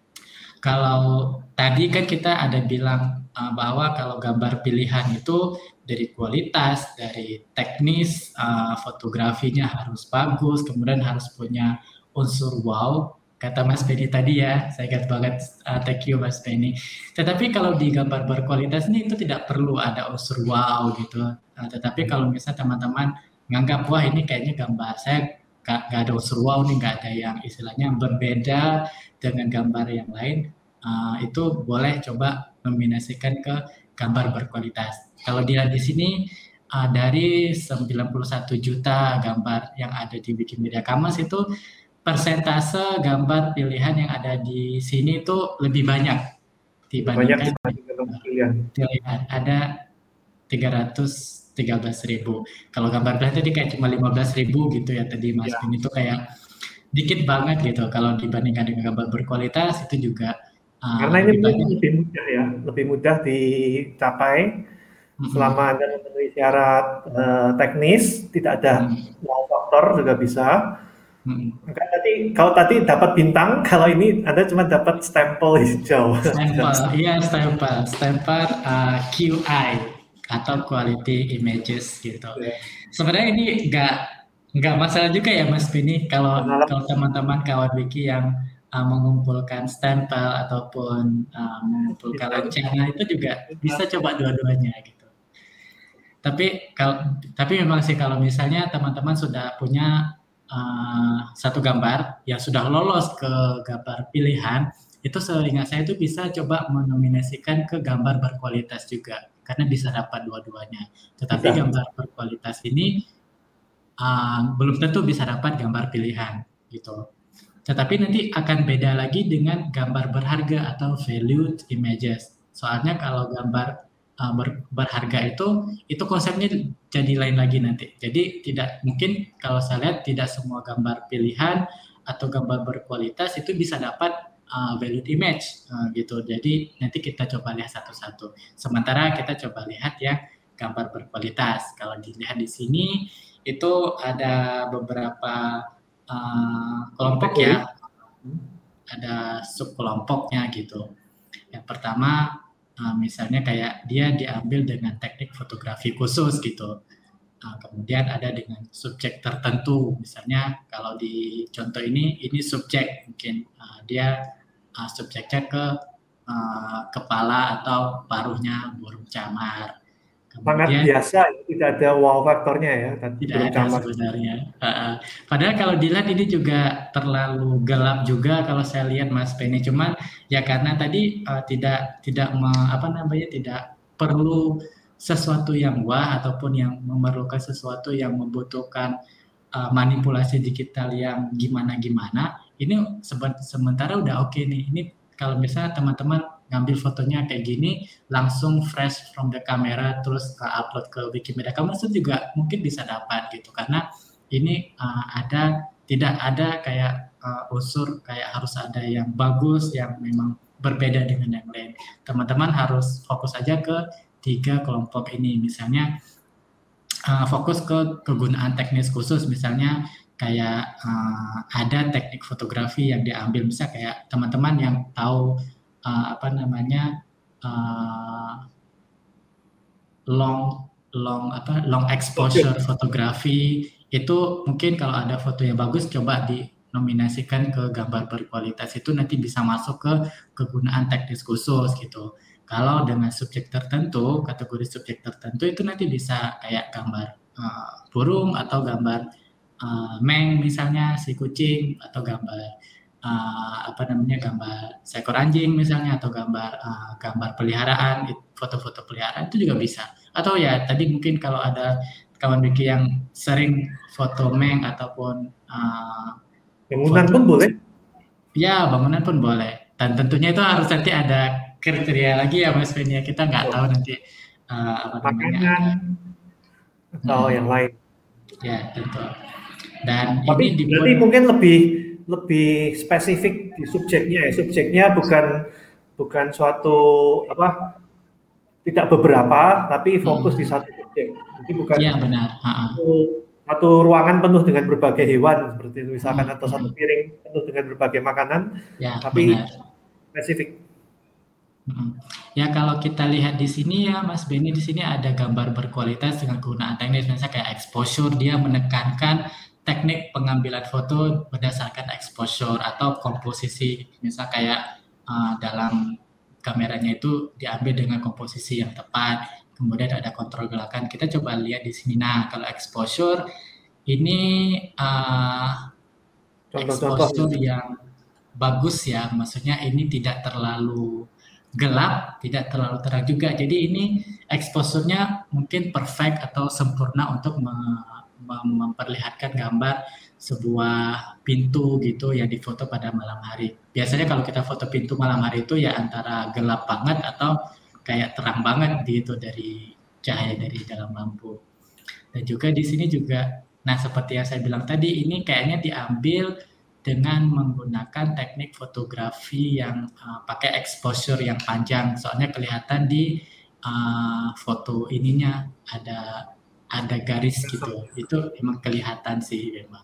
kalau tadi kan kita ada bilang uh, bahwa kalau gambar pilihan itu dari kualitas, dari teknis, uh, fotografinya harus bagus, kemudian harus punya unsur wow, kata Mas Benny tadi ya, saya ingat banget, uh, thank you Mas Benny. Tetapi kalau di gambar berkualitas ini itu tidak perlu ada unsur wow gitu, uh, tetapi kalau misalnya teman-teman nganggap, wah ini kayaknya gambar saya gak, gak ada unsur wow nih, gak ada yang istilahnya berbeda dengan gambar yang lain, uh, itu boleh coba nominasikan ke gambar berkualitas. Kalau dilihat di sini uh, dari sembilan puluh satu juta gambar yang ada di Wikimedia Commons itu persentase gambar pilihan yang ada di sini itu lebih banyak dibandingkan banyak pilihan. pilihan. Ada tiga ratus tiga belas ribu. Kalau gambar pilihan tadi kayak cuma lima belas ribu gitu ya tadi Mas Bin, ya. Itu kayak dikit banget gitu. Kalau dibandingkan dengan gambar berkualitas itu juga uh, karena ini lebih, lebih mudah ya, lebih mudah dicapai. Selama Anda memenuhi syarat uh, teknis, tidak ada hmm. wow faktor juga bisa. Hmm. Maka tadi kalau tadi dapat bintang, kalau ini Anda cuma dapat stempel hijau. Stempel, iya stempel, stempel uh, Q I atau Quality Images gitu. Yeah. Sebenarnya ini nggak Nggak masalah juga ya Mas Beni kalau Malam. kalau teman-teman kawan Wiki yang uh, mengumpulkan stempel ataupun uh, mengumpulkan rancangan itu juga bisa coba dua-duanya gitu. Tapi kalau tapi memang sih kalau misalnya teman-teman sudah punya uh, satu gambar yang sudah lolos ke gambar pilihan, itu seingat saya itu bisa coba menominasikan ke gambar berkualitas juga karena bisa dapat dua-duanya. Tetapi Bisa. gambar berkualitas ini uh, belum tentu bisa dapat gambar pilihan gitu. Tetapi nanti akan beda lagi dengan gambar berharga atau valued images. Soalnya kalau gambar uh, ber, berharga itu itu konsepnya jadi lain lagi nanti. Jadi tidak mungkin kalau saya lihat tidak semua gambar pilihan atau gambar berkualitas itu bisa dapat uh, valued image uh, gitu. Jadi nanti kita coba lihat satu-satu. Sementara kita coba lihat ya gambar berkualitas. Kalau dilihat di sini itu ada beberapa uh, kelompok ya, ada subkelompoknya gitu. Yang pertama uh, misalnya kayak dia diambil dengan teknik fotografi khusus gitu. Uh, kemudian ada dengan subjek tertentu, misalnya kalau di contoh ini ini subjek mungkin uh, dia uh, subjeknya ke uh, kepala atau paruhnya burung camar. Sangat biasa, tidak ada wow faktornya ya. Tidak ada sebenarnya. Uh, padahal kalau dilihat ini juga terlalu gelap juga kalau saya lihat Mas Penny. Cuman ya karena tadi uh, tidak tidak me, apa namanya tidak perlu sesuatu yang wah ataupun yang memerlukan sesuatu yang membutuhkan uh, manipulasi digital yang gimana-gimana. Ini sementara udah oke okay nih. Ini kalau misalnya teman-teman ngambil fotonya kayak gini, langsung fresh from the camera, terus uh, upload ke Wikimedia Commons itu juga mungkin bisa dapat gitu, karena ini uh, ada tidak ada kayak uh, unsur kayak harus ada yang bagus, yang memang berbeda dengan yang lain. Teman-teman harus fokus aja ke tiga kelompok ini, misalnya uh, fokus ke kegunaan teknis khusus, misalnya kayak uh, ada teknik fotografi yang diambil, misalnya kayak teman-teman yang tahu Uh, apa namanya uh, long long apa long exposure fotografi itu mungkin kalau ada foto yang bagus coba dinominasikan ke gambar berkualitas, itu nanti bisa masuk ke kegunaan teknis khusus gitu. Kalau dengan subjek tertentu, kategori subjek tertentu itu nanti bisa kayak gambar uh, burung atau gambar uh, meng misalnya si kucing, atau gambar Uh, apa namanya gambar seekor anjing misalnya, atau gambar uh, gambar peliharaan, foto-foto peliharaan itu juga bisa. Atau ya tadi mungkin kalau ada kawan Wiki yang sering foto meng ataupun uh, bangunan foto, pun boleh. Ya bangunan pun boleh. Dan tentunya itu harus nanti ada kriteria lagi ya Mas Fenia. Kita nggak oh. tahu nanti uh, apa namanya atau hmm. yang lain. Ya tentu. Dan tapi ini berarti dibuat, mungkin lebih lebih spesifik di subjeknya ya. Subjeknya bukan bukan suatu apa tidak beberapa, tapi fokus hmm. di satu subjek. Jadi bukan ya, benar. Satu, satu ruangan penuh dengan berbagai hewan seperti itu misalkan, hmm. atau satu piring penuh dengan berbagai makanan, ya, tapi benar. Spesifik. Hmm. Ya kalau kita lihat di sini ya Mas Beni, di sini ada gambar berkualitas dengan penggunaan teknis misalnya kayak exposure, dia menekankan teknik pengambilan foto berdasarkan exposure atau komposisi, misal kayak uh, dalam kameranya itu diambil dengan komposisi yang tepat, kemudian ada kontrol gerakan. Kita coba lihat di sini. Nah, kalau exposure ini uh, exposure yang bagus ya, maksudnya ini tidak terlalu gelap, tidak terlalu terang juga. Jadi ini exposure-nya mungkin perfect atau sempurna untuk me- memperlihatkan gambar sebuah pintu gitu yang difoto pada malam hari. Biasanya kalau kita foto pintu malam hari itu ya antara gelap banget atau kayak terang banget gitu dari cahaya dari dalam lampu. Dan juga di sini juga, nah seperti yang saya bilang tadi, ini kayaknya diambil dengan menggunakan teknik fotografi yang uh, pakai exposure yang panjang. Soalnya kelihatan di uh, foto ininya ada ada garis gitu, itu emang kelihatan sih memang.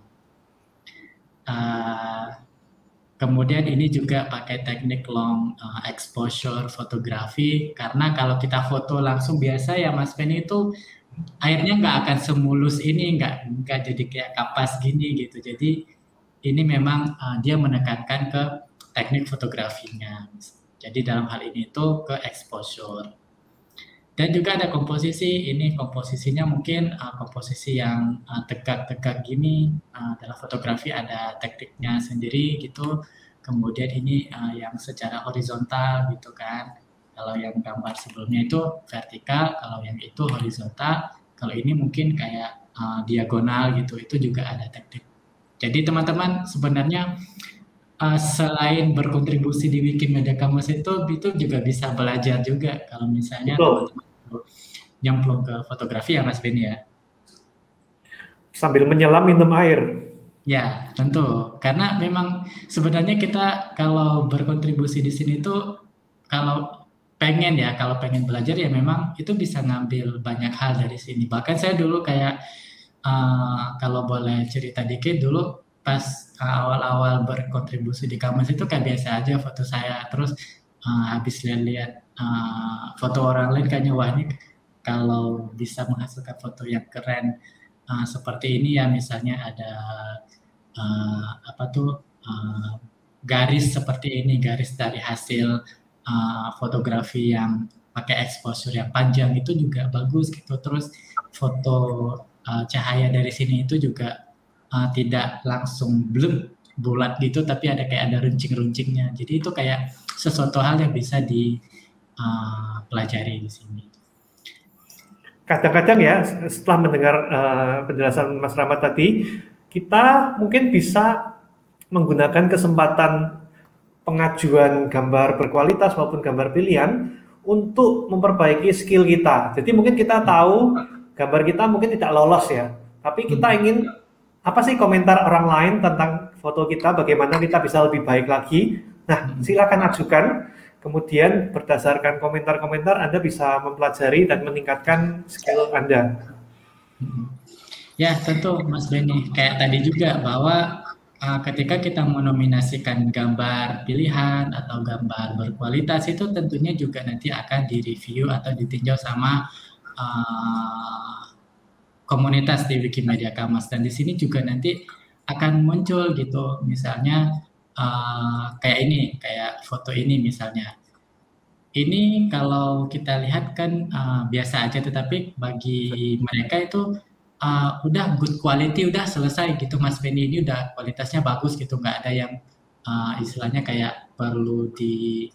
Uh, kemudian ini juga pakai teknik long uh, exposure fotografi, karena kalau kita foto langsung biasa ya Mas Penny itu airnya nggak akan semulus ini, nggak nggak jadi kayak kapas gini gitu. Jadi ini memang uh, dia menekankan ke teknik fotografinya. Jadi dalam hal ini itu ke exposure. Dan juga ada komposisi, ini komposisinya mungkin uh, komposisi yang uh, tegak-tegak gini, uh, dalam fotografi ada tekniknya sendiri gitu. Kemudian ini uh, yang secara horizontal gitu kan. Kalau yang gambar sebelumnya itu vertikal, kalau yang itu horizontal, kalau ini mungkin kayak uh, diagonal gitu, itu juga ada teknik. Jadi teman-teman sebenarnya uh, selain berkontribusi di Wikimedia Commons itu, itu juga bisa belajar juga kalau misalnya Betul. teman-teman nyemplung ke fotografi ya Mas Ben ya. Sambil menyelam minum air. Ya, tentu. Karena memang sebenarnya kita kalau berkontribusi di sini tuh kalau pengen ya, kalau pengen belajar ya memang itu bisa ngambil banyak hal dari sini. Bahkan saya dulu kayak uh, kalau boleh cerita dikit dulu pas uh, awal-awal berkontribusi di Commons itu kayak biasa aja foto saya. Terus uh, habis lihat-lihat uh, foto orang lain kayaknya wah ini kalau bisa menghasilkan foto yang keren uh, seperti ini ya misalnya ada uh, apa tuh uh, garis seperti ini, garis dari hasil uh, fotografi yang pakai exposure yang panjang itu juga bagus gitu. Terus foto uh, cahaya dari sini itu juga uh, tidak langsung blur bulat gitu, tapi ada kayak ada runcing-runcingnya. Jadi itu kayak sesuatu hal yang bisa dipelajari uh, di sini. Kadang-kadang ya setelah mendengar uh, penjelasan Mas Rahmat tadi, kita mungkin bisa menggunakan kesempatan pengajuan gambar berkualitas maupun gambar pilihan untuk memperbaiki skill kita. Jadi mungkin kita tahu gambar kita mungkin tidak lolos ya, tapi kita ingin apa sih komentar orang lain tentang foto kita, bagaimana kita bisa lebih baik lagi. Nah, silakan ajukan. Kemudian berdasarkan komentar-komentar Anda bisa mempelajari dan meningkatkan skill Anda. Ya tentu Mas Benny, kayak tadi juga bahwa uh, ketika kita menominasikan gambar pilihan atau gambar berkualitas itu tentunya juga nanti akan direview atau ditinjau sama uh, komunitas di Wikimedia Commons, dan di sini juga nanti akan muncul gitu misalnya Uh, kayak ini, kayak foto ini misalnya. Ini kalau kita lihat kan uh, biasa aja, tetapi bagi mereka itu uh, udah good quality, udah selesai gitu Mas Benny, ini udah kualitasnya bagus gitu, nggak ada yang uh, istilahnya kayak perlu di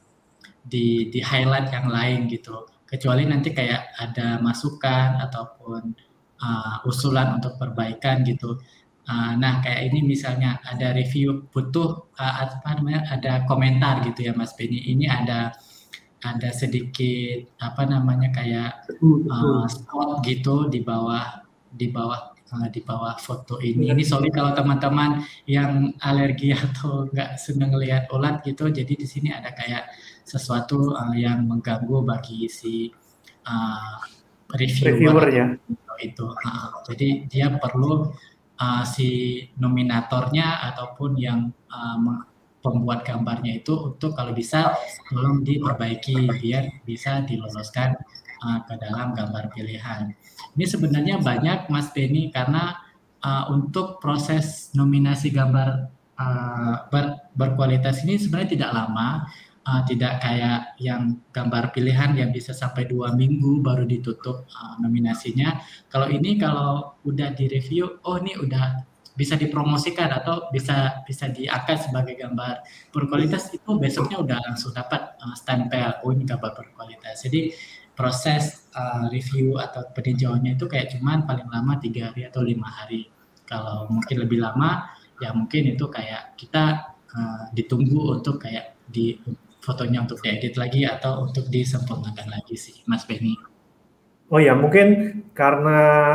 di di highlight yang lain gitu. Kecuali nanti kayak ada masukan ataupun uh, usulan untuk perbaikan gitu. Uh, nah kayak ini misalnya ada review butuh uh, apa namanya ada komentar gitu ya Mas Benny, ini ada ada sedikit apa namanya kayak uh, spot gitu di bawah di bawah uh, di bawah foto ini. Ini sorry kalau teman-teman yang alergi atau nggak seneng lihat ulat gitu, jadi di sini ada kayak sesuatu uh, yang mengganggu bagi si uh, reviewer ya itu. Uh, jadi dia perlu Uh, si nominatornya ataupun yang uh, pembuat gambarnya itu untuk kalau bisa tolong diperbaiki biar bisa diloloskan uh, ke dalam gambar pilihan. Ini sebenarnya banyak Mas Benny karena uh, untuk proses nominasi gambar uh, ber, berkualitas ini sebenarnya tidak lama. Uh, tidak kayak yang gambar pilihan yang bisa sampai dua minggu baru ditutup uh, nominasinya. Kalau ini kalau udah direview, oh ini udah bisa dipromosikan atau bisa bisa diangkat sebagai gambar berkualitas, itu besoknya udah langsung dapat uh, stempel, oh ini gambar berkualitas. Jadi proses uh, review atau peninjauannya itu kayak cuman paling lama tiga hari atau lima hari. Kalau mungkin lebih lama, ya mungkin itu kayak kita uh, ditunggu untuk kayak di fotonya untuk diedit lagi atau untuk disempurnakan lagi sih Mas Benny. Oh ya, mungkin karena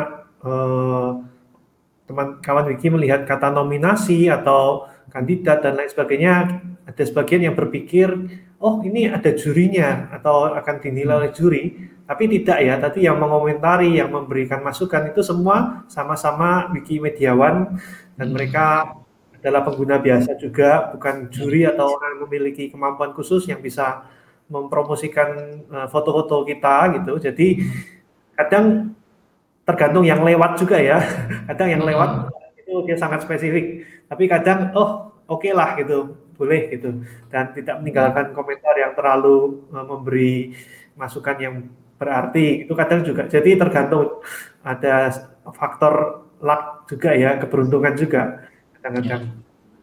uh, teman kawan Wiki melihat kata nominasi atau kandidat dan lain sebagainya, ada sebagian yang berpikir, oh ini ada jurinya atau akan dinilai oleh juri, tapi tidak ya. Tadi yang mengomentari, yang memberikan masukan itu semua sama-sama Wikimediawan dan mereka adalah pengguna biasa juga, bukan juri atau orang yang memiliki kemampuan khusus yang bisa mempromosikan uh, foto-foto kita gitu. Jadi kadang tergantung yang lewat juga ya. Kadang yang lewat itu dia sangat spesifik, tapi kadang oh oke okay lah gitu, boleh gitu, dan tidak meninggalkan komentar yang terlalu uh, memberi masukan yang berarti. Itu kadang juga. Jadi tergantung, ada faktor luck juga ya, keberuntungan juga kadang-kadang.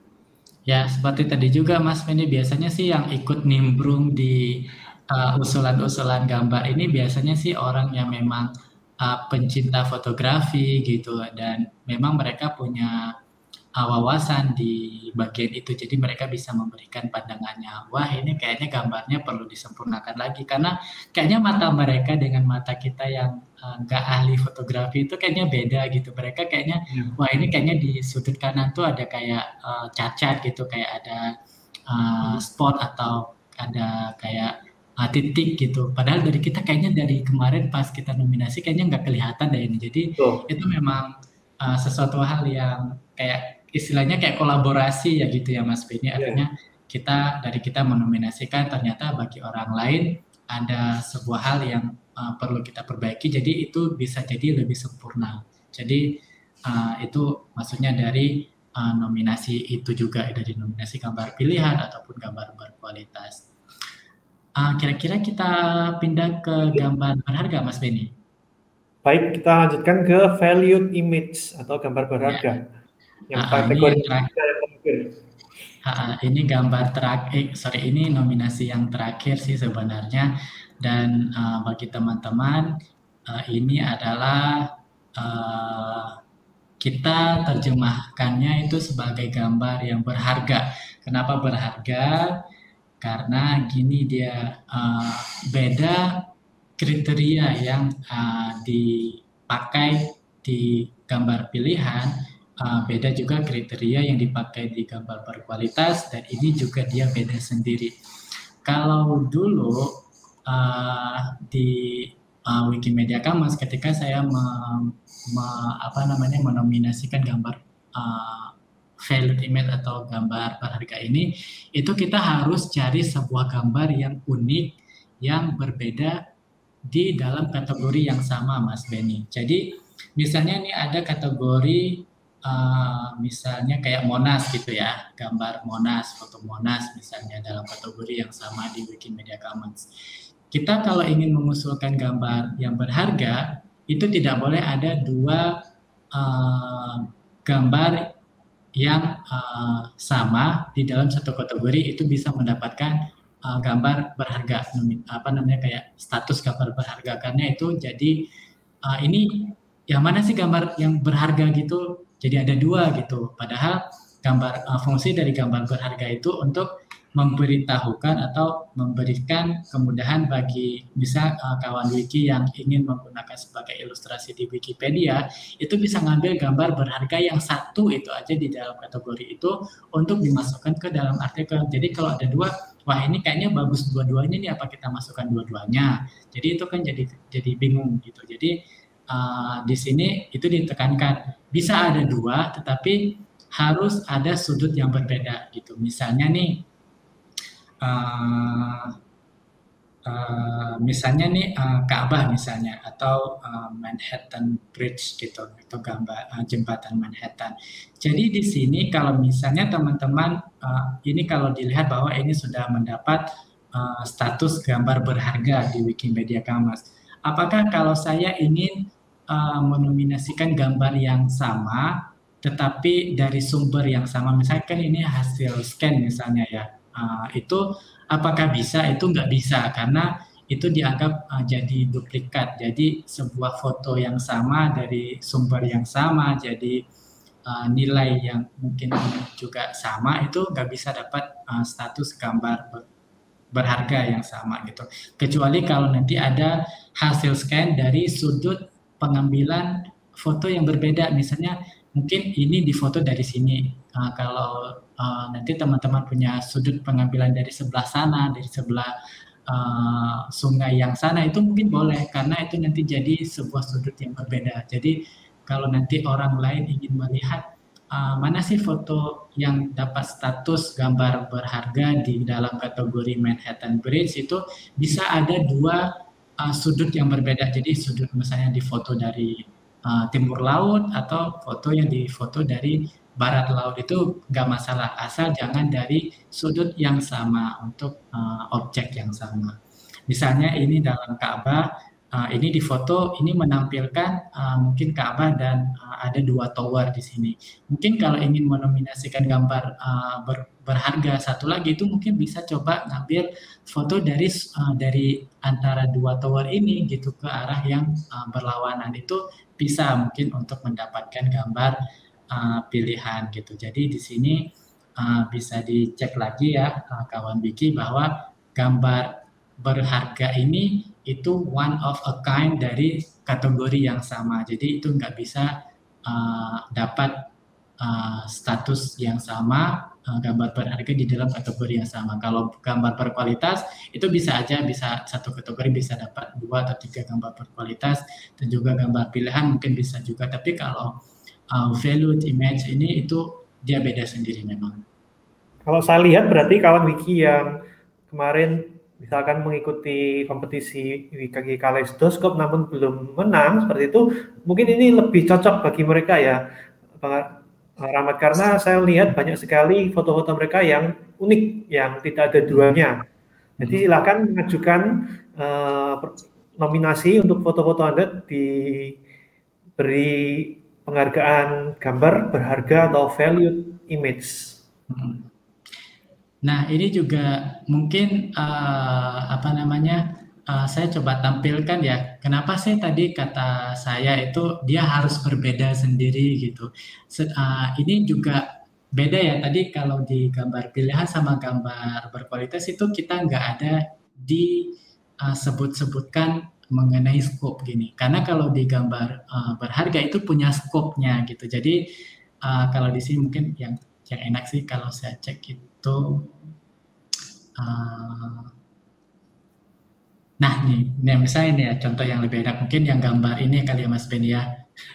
Ya, seperti tadi juga Mas Fendi, biasanya sih yang ikut nimbrung di uh, usulan-usulan gambar ini biasanya sih orang yang memang uh, pencinta fotografi gitu, dan memang mereka punya uh, wawasan di bagian itu, jadi mereka bisa memberikan pandangannya. Wah, ini kayaknya gambarnya perlu disempurnakan lagi, karena kayaknya mata mereka dengan mata kita yang nggak uh, ahli fotografi itu kayaknya beda gitu. Mereka kayaknya hmm. wah ini kayaknya di sudut kanan tuh ada kayak uh, cacat gitu, kayak ada uh, spot atau ada kayak uh, titik gitu. Padahal dari kita kayaknya dari kemarin pas kita nominasi kayaknya nggak kelihatan deh ini. Jadi oh. itu memang uh, sesuatu hal yang kayak istilahnya kayak kolaborasi ya gitu ya Mas Benny. Artinya yeah. kita dari kita menominasikan, ternyata bagi orang lain ada sebuah hal yang uh, perlu kita perbaiki, jadi itu bisa jadi lebih sempurna. Jadi uh, itu maksudnya dari uh, nominasi itu juga, dari nominasi gambar pilihan ataupun gambar berkualitas. Uh, kira-kira kita pindah ke gambar berharga, Mas Benny. Baik, kita lanjutkan ke valued image atau gambar berharga. Ya. Yang uh, kategori terakhir. Ha, ini gambar terakhir, sorry ini nominasi yang terakhir sih sebenarnya, dan uh, bagi teman-teman uh, ini adalah uh, kita terjemahkannya itu sebagai gambar yang berharga. Kenapa berharga? Karena gini dia, uh, beda kriteria yang uh, dipakai di gambar pilihan. Uh, beda juga kriteria yang dipakai di gambar berkualitas, dan ini juga dia beda sendiri. Kalau dulu uh, di uh, Wikimedia Commons ketika saya me, me, apa namanya menominasikan gambar uh, valued image atau gambar berharga ini, itu kita harus cari sebuah gambar yang unik, yang berbeda di dalam kategori yang sama, Mas Benny. Jadi misalnya ini ada kategori Uh, misalnya kayak Monas gitu ya, gambar Monas, foto Monas misalnya dalam kategori yang sama di Wikimedia Commons. Kita kalau ingin mengusulkan gambar yang berharga, itu tidak boleh ada dua uh, gambar yang uh, sama di dalam satu kategori, itu bisa mendapatkan uh, gambar berharga, apa namanya kayak status gambar berharga, karena itu jadi uh, ini yang mana sih gambar yang berharga gitu. Jadi ada dua gitu, padahal gambar uh, fungsi dari gambar berharga itu untuk memberitahukan atau memberikan kemudahan bagi bisa uh, kawan wiki yang ingin menggunakan sebagai ilustrasi di Wikipedia, itu bisa ngambil gambar berharga yang satu itu aja di dalam kategori itu untuk dimasukkan ke dalam artikel. Jadi kalau ada dua, wah ini kayaknya bagus dua-duanya nih, apa kita masukkan dua-duanya? Jadi itu kan jadi jadi bingung gitu. Jadi Uh, di sini itu ditekankan bisa ada dua, tetapi harus ada sudut yang berbeda gitu. Misalnya nih, uh, uh, misalnya nih uh, Ka'bah misalnya, atau uh, Manhattan Bridge gitu, atau gambar uh, jembatan Manhattan. Jadi di sini kalau misalnya teman-teman uh, ini kalau dilihat bahwa ini sudah mendapat uh, status gambar berharga di Wikimedia Commons. Apakah kalau saya ingin uh, menominasikan gambar yang sama, tetapi dari sumber yang sama, misalkan ini hasil scan misalnya ya, uh, itu apakah bisa? Itu nggak bisa, karena itu dianggap uh, jadi duplikat. Jadi sebuah foto yang sama dari sumber yang sama, jadi uh, nilai yang mungkin juga sama, itu nggak bisa dapat uh, status gambar ber- berharga yang sama gitu. Kecuali kalau nanti ada hasil scan dari sudut pengambilan foto yang berbeda, misalnya mungkin ini difoto dari sini. Uh, kalau uh, nanti teman-teman punya sudut pengambilan dari sebelah sana, dari sebelah uh, sungai yang sana, itu mungkin boleh, karena itu nanti jadi sebuah sudut yang berbeda. Jadi kalau nanti orang lain ingin melihat Uh, mana sih foto yang dapat status gambar berharga di dalam kategori Manhattan Bridge, itu bisa ada dua uh, sudut yang berbeda. Jadi sudut misalnya di foto dari uh, timur laut atau foto yang difoto dari barat laut, itu nggak masalah, asal jangan dari sudut yang sama untuk uh, objek yang sama. Misalnya ini dalam Ka'bah, uh, ini di foto ini menampilkan uh, mungkin Ka'bah dan uh, ada dua tower di sini. Mungkin kalau ingin menominasikan gambar uh, ber, berharga satu lagi, itu mungkin bisa coba ngambil foto dari uh, dari antara dua tower ini gitu ke arah yang uh, berlawanan, itu bisa mungkin untuk mendapatkan gambar Uh, pilihan gitu. Jadi di sini uh, bisa dicek lagi ya uh, kawan Wiki, bahwa gambar berharga ini itu one of a kind dari kategori yang sama. Jadi itu nggak bisa uh, dapat uh, status yang sama, uh, gambar berharga di dalam kategori yang sama. Kalau gambar berkualitas itu bisa aja, bisa satu kategori bisa dapat dua atau tiga gambar berkualitas, dan juga gambar pilihan mungkin bisa juga. Tapi kalau Uh, valued image ini itu dia beda sendiri memang. Kalau saya lihat berarti kawan Wiki yang kemarin misalkan mengikuti kompetisi Wiki Kaleidoskop namun belum menang seperti itu, mungkin ini lebih cocok bagi mereka ya, Bang Rahmat, karena saya lihat banyak sekali foto-foto mereka yang unik, yang tidak ada duanya. Jadi silakan mengajukan uh, nominasi untuk foto-foto Anda diberi penghargaan gambar berharga atau valued image. Nah, ini juga mungkin uh, apa namanya uh, saya coba tampilkan ya. Kenapa sih tadi kata saya itu dia harus berbeda sendiri gitu. Set, uh, ini juga beda ya. Tadi kalau di gambar pilihan sama gambar berkualitas itu kita nggak ada disebut-sebutkan mengenai scope gini, karena kalau di gambar uh, berharga itu punya scope-nya gitu. Jadi uh, kalau di sini mungkin yang yang enak sih kalau saya cek itu, uh, nah nih, nih misalnya ini ya contoh yang lebih enak, mungkin yang gambar ini kali ya Mas Ben ya,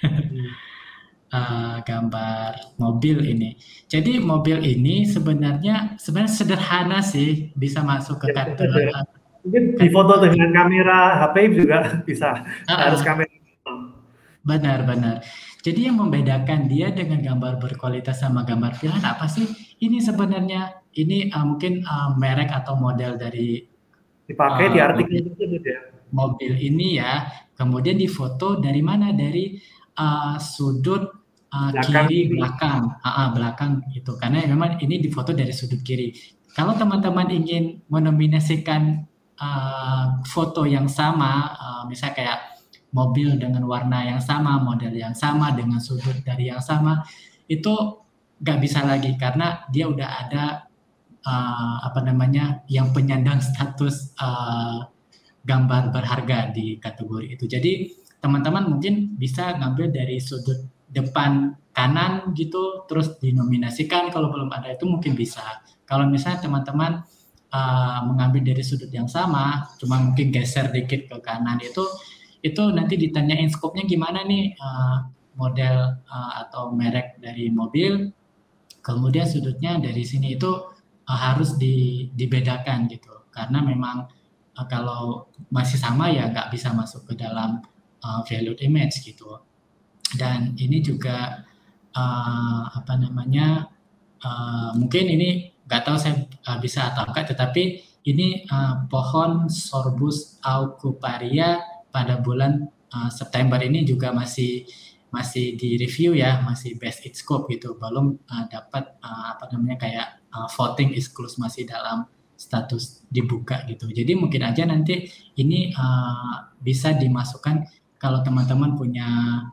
uh, gambar mobil ini. Jadi mobil ini sebenarnya sebenarnya sederhana sih, bisa masuk ke kategori. Mungkin difoto dengan kamera H P juga bisa, uh-uh. harus kamera. Benar-benar. Jadi yang membedakan dia dengan gambar berkualitas sama gambar pilihan apa sih? Ini sebenarnya ini uh, mungkin uh, merek atau model dari dipakai uh, di artikel mobil, ya. Mobil ini ya, kemudian difoto dari mana? Dari uh, sudut uh, belakang kiri belakang, uh, belakang itu. Karena memang ini difoto dari sudut kiri. Kalau teman-teman ingin menominasikan Uh, foto yang sama, uh, misalnya kayak mobil dengan warna yang sama, model yang sama, dengan sudut dari yang sama, itu nggak bisa lagi karena dia udah ada uh, apa namanya yang penyandang status uh, gambar berharga di kategori itu. Jadi teman-teman mungkin bisa ngambil dari sudut depan kanan gitu, terus dinominasikan. Kalau belum ada itu mungkin bisa. Kalau misalnya teman-teman Uh, mengambil dari sudut yang sama, cuma mungkin geser dikit ke kanan, itu itu nanti ditanyain skopnya gimana nih, uh, model uh, atau merek dari mobil, kemudian sudutnya dari sini itu uh, harus di, dibedakan gitu, karena memang uh, kalau masih sama ya nggak bisa masuk ke dalam uh, valued image gitu. Dan ini juga uh, apa namanya uh, mungkin ini nggak tahu saya uh, bisa atau enggak, tetapi ini uh, pohon Sorbus aucuparia pada bulan uh, September ini juga masih masih di review ya, masih best in scope gitu, belum uh, dapat uh, apa namanya kayak uh, voting exclusive, masih dalam status dibuka gitu. Jadi mungkin aja nanti ini uh, bisa dimasukkan kalau teman-teman punya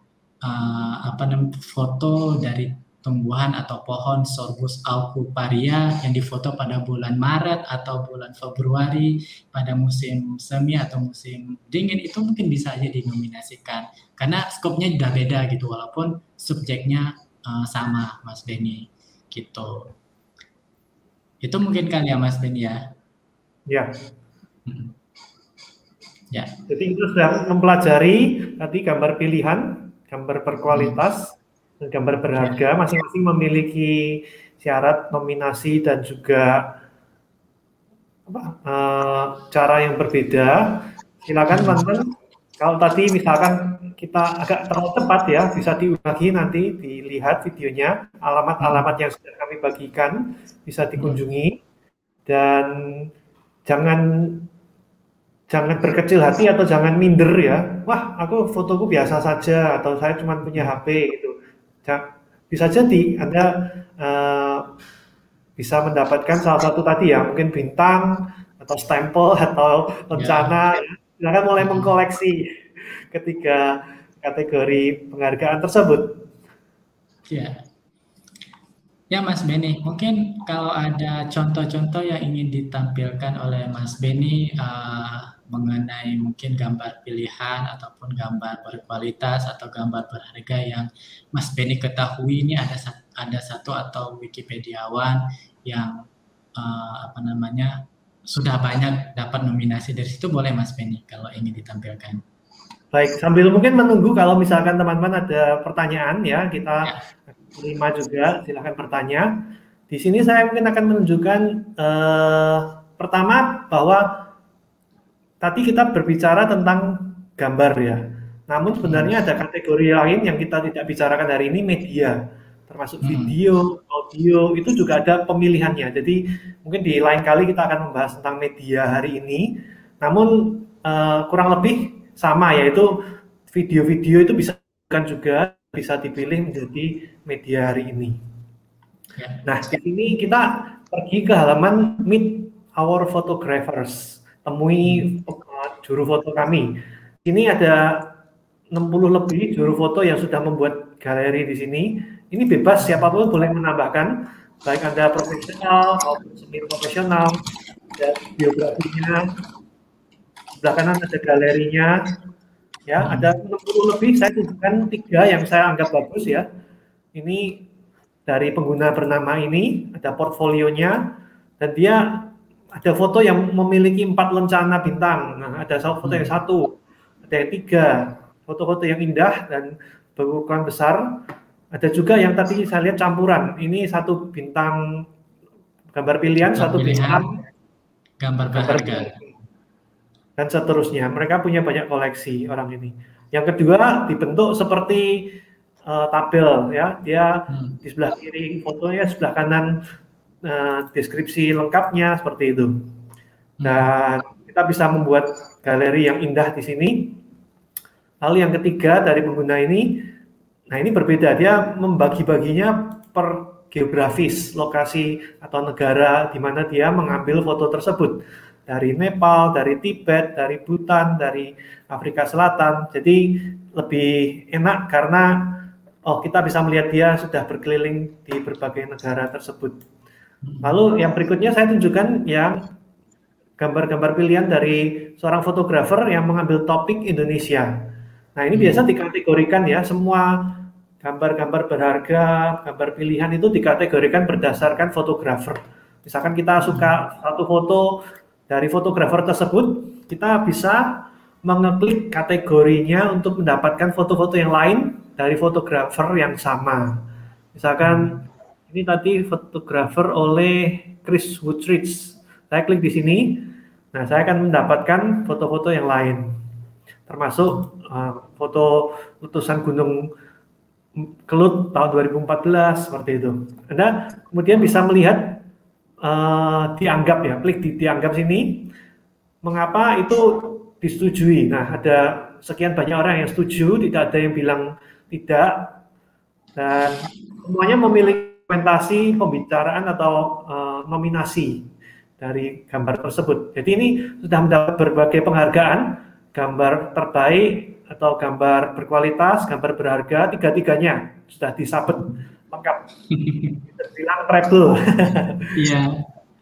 uh, apa namanya foto dari tumbuhan atau pohon Sorbus aucuparia yang difoto pada bulan Maret atau bulan Februari pada musim semi atau musim dingin, itu mungkin bisa aja dinominasikan karena skopnya udah beda gitu, walaupun subjeknya uh, sama Mas Beni gitu. Itu mungkin kali ya Mas Beni ya. Ya. Hmm. Ya. Jadi kita sudah mempelajari tadi gambar pilihan, gambar berkualitas, dan gambar berharga, masing-masing memiliki syarat nominasi dan juga apa, uh, cara yang berbeda. Silakan teman-teman, kalau tadi misalkan kita agak terlalu cepat ya, bisa diulang lagi nanti dilihat videonya, alamat-alamat yang sudah kami bagikan bisa dikunjungi, dan jangan jangan berkecil hati atau jangan minder ya. Wah, aku fotoku biasa saja atau saya cuma punya H P gitu. Bisa jadi Anda uh, bisa mendapatkan salah satu tadi ya, mungkin bintang atau stempel atau lencana. Ya. Silakan mulai mengkoleksi ketiga kategori penghargaan tersebut. Ya. Ya Mas Benny, mungkin kalau ada contoh-contoh yang ingin ditampilkan oleh Mas Benny uh, mengenai mungkin gambar pilihan ataupun gambar berkualitas atau gambar berharga yang Mas Benny ketahui, ini ada ada satu atau Wikipediawan yang uh, apa namanya sudah banyak dapat nominasi dari situ, boleh Mas Benny kalau ingin ditampilkan. Baik, sambil mungkin menunggu kalau misalkan teman-teman ada pertanyaan ya, kita ya. Lima juga, silahkan bertanya. Di sini saya mungkin akan menunjukkan eh, pertama bahwa tadi kita berbicara tentang gambar ya. Namun sebenarnya ada kategori lain yang kita tidak bicarakan hari ini, media. Termasuk video, audio, itu juga ada pemilihannya. Jadi mungkin di lain kali kita akan membahas tentang media hari ini. Namun uh, kurang lebih sama, yaitu video-video itu bisa juga bisa dipilih menjadi media hari ini. Nah, di sini kita pergi ke halaman Meet Our Photographers, temui uh, juru foto kami. Ini ada enam puluh lebih juru foto yang sudah membuat galeri di sini. Ini bebas, siapapun boleh menambahkan, baik Anda profesional maupun semi profesional, dan biografinya. Sebelah kanan ada galerinya, ya ada enam puluh lebih. Saya tunjukkan tiga yang saya anggap bagus ya. Ini dari pengguna bernama ini, ada portfolionya, dan dia ada foto yang memiliki empat lencana bintang. Nah, ada foto yang satu, ada yang tiga, foto-foto yang indah dan berukuran besar. Ada juga yang tadi saya lihat campuran. Ini satu bintang gambar pilihan, gambar satu pilihan, bintang gambar berharga, dan seterusnya. Mereka punya banyak koleksi orang ini. Yang kedua dibentuk seperti uh, tabel ya. Dia hmm. di sebelah kiri fotonya, sebelah kanan uh, deskripsi lengkapnya seperti itu. Dan hmm. kita bisa membuat galeri yang indah di sini. Lalu yang ketiga dari pengguna ini, nah ini berbeda, dia membagi-baginya per geografis, lokasi atau negara di mana dia mengambil foto tersebut. Dari Nepal, dari Tibet, dari Bhutan, dari Afrika Selatan. Jadi lebih enak karena oh kita bisa melihat dia sudah berkeliling di berbagai negara tersebut. Lalu yang berikutnya saya tunjukkan yang gambar-gambar pilihan dari seorang fotografer yang mengambil topik Indonesia. Nah ini biasa dikategorikan ya, semua gambar-gambar berharga, gambar pilihan itu dikategorikan berdasarkan fotografer. Misalkan kita suka satu foto dari fotografer tersebut, kita bisa mengeklik kategorinya untuk mendapatkan foto-foto yang lain dari fotografer yang sama. Misalkan ini tadi fotografer oleh Chris Woodridge. Saya klik di sini, nah saya akan mendapatkan foto-foto yang lain. Termasuk uh, foto letusan Gunung Kelut tahun dua ribu empat belas seperti itu. Anda kemudian bisa melihat uh, dianggap ya, klik di dianggap sini. Mengapa itu disetujui? Nah, ada sekian banyak orang yang setuju, tidak ada yang bilang tidak, dan semuanya memiliki komentasi, pembicaraan atau uh, nominasi dari gambar tersebut. Jadi ini sudah mendapat berbagai penghargaan. Gambar terbaik atau gambar berkualitas, gambar berharga, tiga-tiganya sudah disabet lengkap. Bilang treble. Iya.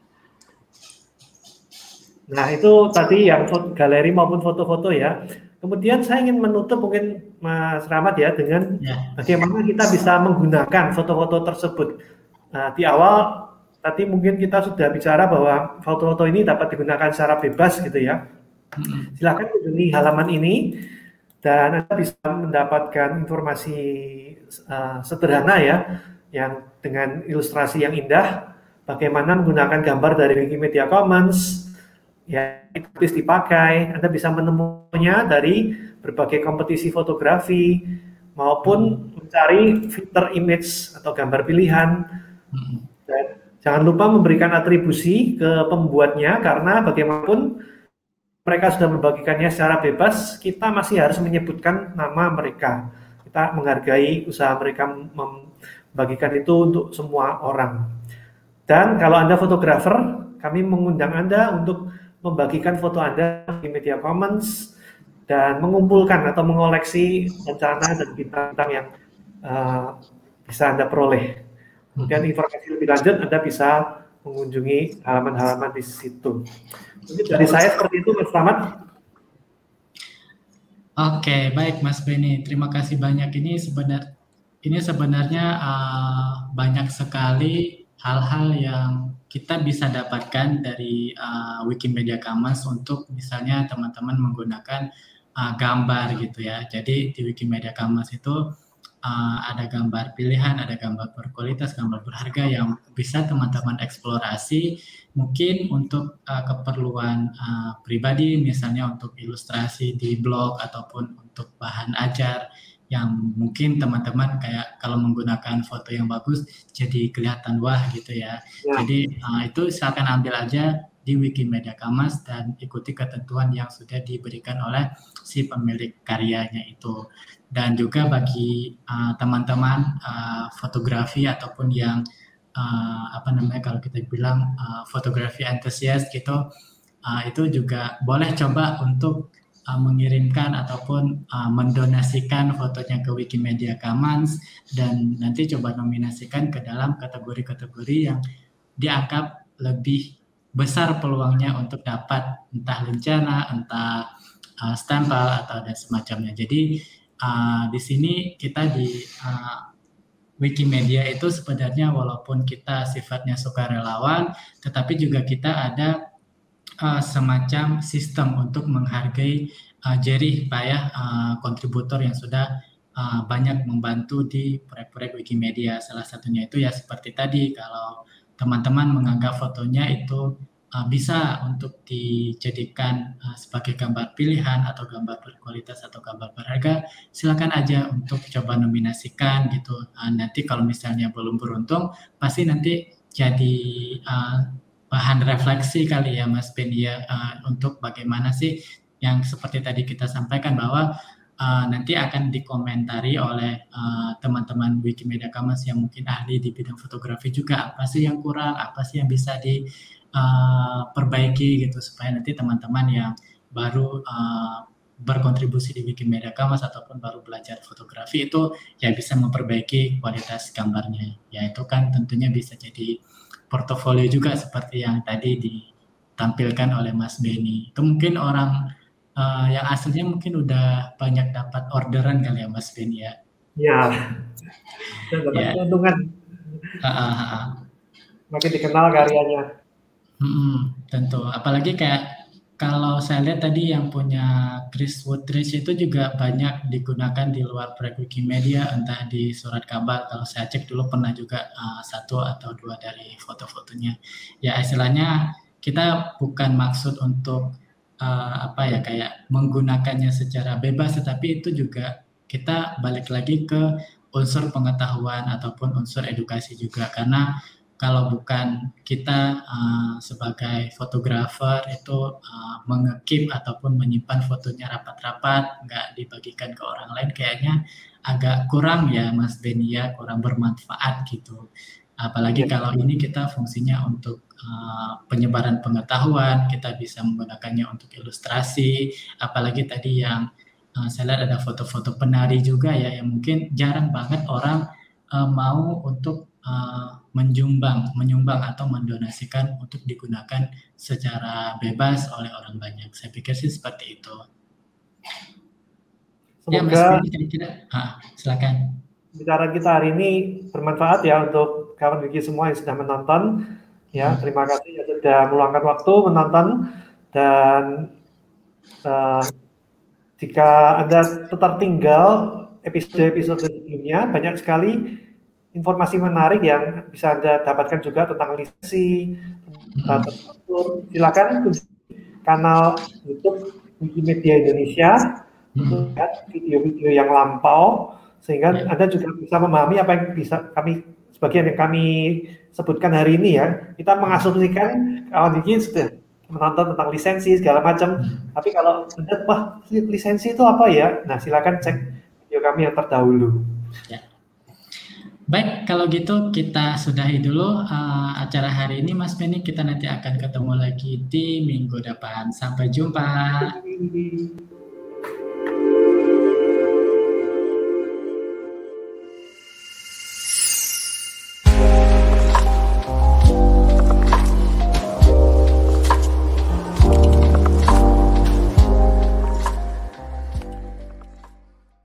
Nah itu tadi yang galeri maupun foto-foto ya. Kemudian saya ingin menutup mungkin Mas Rahmat ya dengan ya. Bagaimana kita bisa menggunakan foto-foto tersebut. Nah, di awal tadi mungkin kita sudah bicara bahwa foto-foto ini dapat digunakan secara bebas gitu ya. Silakan kunjungi halaman ini dan Anda bisa mendapatkan informasi uh, sederhana ya, yang dengan ilustrasi yang indah, bagaimana menggunakan gambar dari Wikimedia Commons, ya itu bisa dipakai. Anda bisa menemunya dari berbagai kompetisi fotografi maupun mencari filter image atau gambar pilihan. Dan jangan lupa memberikan atribusi ke pembuatnya, karena bagaimanapun mereka sudah membagikannya secara bebas, kita masih harus menyebutkan nama mereka. Kita menghargai usaha mereka membagikan itu untuk semua orang. Dan kalau Anda fotografer, kami mengundang Anda untuk membagikan foto Anda di media commons dan mengumpulkan atau mengoleksi bencana dan bintang-bintang yang uh, bisa Anda peroleh. Kemudian informasi lebih lanjut Anda bisa mengunjungi halaman-halaman di situ. Jadi dari saya seperti itu, Mas Selamat. Oke, baik Mas Beni, terima kasih banyak. Ini sebenar ini sebenarnya uh, banyak sekali hal-hal yang kita bisa dapatkan dari uh, Wikimedia Commons untuk misalnya teman-teman menggunakan uh, gambar gitu ya. Jadi di Wikimedia Commons itu uh, ada gambar pilihan, ada gambar berkualitas, gambar berharga yang bisa teman-teman eksplorasi mungkin untuk uh, keperluan uh, pribadi, misalnya untuk ilustrasi di blog ataupun untuk bahan ajar yang mungkin teman-teman kayak kalau menggunakan foto yang bagus jadi kelihatan wah gitu ya. ya. Jadi uh, itu silakan ambil aja di Wikimedia Commons dan ikuti ketentuan yang sudah diberikan oleh si pemilik karyanya itu. Dan juga bagi uh, teman-teman uh, fotografi ataupun yang uh, apa namanya kalau kita bilang uh, fotografi enthusiast gitu, uh, itu juga boleh coba untuk Uh, mengirimkan ataupun uh, mendonasikan fotonya ke Wikimedia Commons dan nanti coba nominasikan ke dalam kategori-kategori yang dianggap lebih besar peluangnya untuk dapat entah lencana, entah uh, stempel atau dan semacamnya. Jadi uh, di sini kita di uh, Wikimedia itu sebenarnya walaupun kita sifatnya sukarelawan, tetapi juga kita ada Uh, semacam sistem untuk menghargai uh, jerih payah uh, kontributor yang sudah uh, banyak membantu di proyek-proyek Wikimedia. Salah satunya itu ya seperti tadi, kalau teman-teman menganggap fotonya itu uh, bisa untuk dijadikan uh, sebagai gambar pilihan atau gambar berkualitas atau gambar berharga, silakan aja untuk coba nominasikan gitu. Uh, nanti kalau misalnya belum beruntung, pasti nanti jadi uh, bahan refleksi kali ya Mas Ben ya, uh, untuk bagaimana sih yang seperti tadi kita sampaikan bahwa uh, nanti akan dikomentari oleh uh, teman-teman Wikimedia Commons yang mungkin ahli di bidang fotografi juga, apa sih yang kurang, apa sih yang bisa diperbaiki uh, gitu, supaya nanti teman-teman yang baru uh, berkontribusi di Wikimedia Commons ataupun baru belajar fotografi itu ya bisa memperbaiki kualitas gambarnya. Ya itu kan tentunya bisa jadi portofolio juga seperti yang tadi ditampilkan oleh Mas Beni. Itu mungkin orang uh, yang aslinya mungkin udah banyak dapat orderan kali ya Mas Beni ya. Ya, dapat ya. Keuntungan. Uh, uh, uh. Makin dikenal karyanya. Hmm, tentu. Apalagi kayak kalau saya lihat tadi yang punya Chris Woodridge itu juga banyak digunakan di luar proyek Wikimedia, entah di surat kabar. Kalau saya cek dulu pernah juga uh, satu atau dua dari foto-fotonya. Ya istilahnya kita bukan maksud untuk uh, apa ya kayak menggunakannya secara bebas, tetapi itu juga kita balik lagi ke unsur pengetahuan ataupun unsur edukasi juga, karena kalau bukan kita uh, sebagai fotografer itu uh, mengekip ataupun menyimpan fotonya rapat-rapat, nggak dibagikan ke orang lain, kayaknya agak kurang ya Mas Beni ya, kurang bermanfaat gitu. Apalagi ya. Kalau ini kita fungsinya untuk uh, penyebaran pengetahuan, kita bisa menggunakannya untuk ilustrasi, apalagi tadi yang uh, saya lihat ada foto-foto penari juga ya, yang mungkin jarang banget orang uh, mau untuk Uh, menjumbang, menyumbang atau mendonasikan untuk digunakan secara bebas oleh orang banyak. Saya pikir sih seperti itu. Semoga ya, Mas Beni kira-kira, ah, silakan. Bicara kita hari ini bermanfaat ya untuk kawan Wiki semua yang sudah menonton. Ya, hmm. terima kasih yang sudah meluangkan waktu menonton, dan uh, jika Anda tertinggal episode-episode sebelumnya, banyak sekali informasi menarik yang bisa Anda dapatkan juga tentang lisensi, tertutur. Silakan kunjungi kanal YouTube Wikimedia Indonesia lihat video-video yang lampau, sehingga Ya. Anda juga bisa memahami apa yang bisa kami, sebagian yang kami sebutkan hari ini ya. Kita mengasumsikan kawan Wiki sudah menonton tentang lisensi segala macam, tapi kalau Anda, wah lisensi itu apa ya? Nah silakan cek video kami yang terdahulu. Ya. Baik, kalau gitu kita sudahi dulu uh, acara hari ini, Mas Benny. Kita nanti akan ketemu lagi di minggu depan. Sampai jumpa.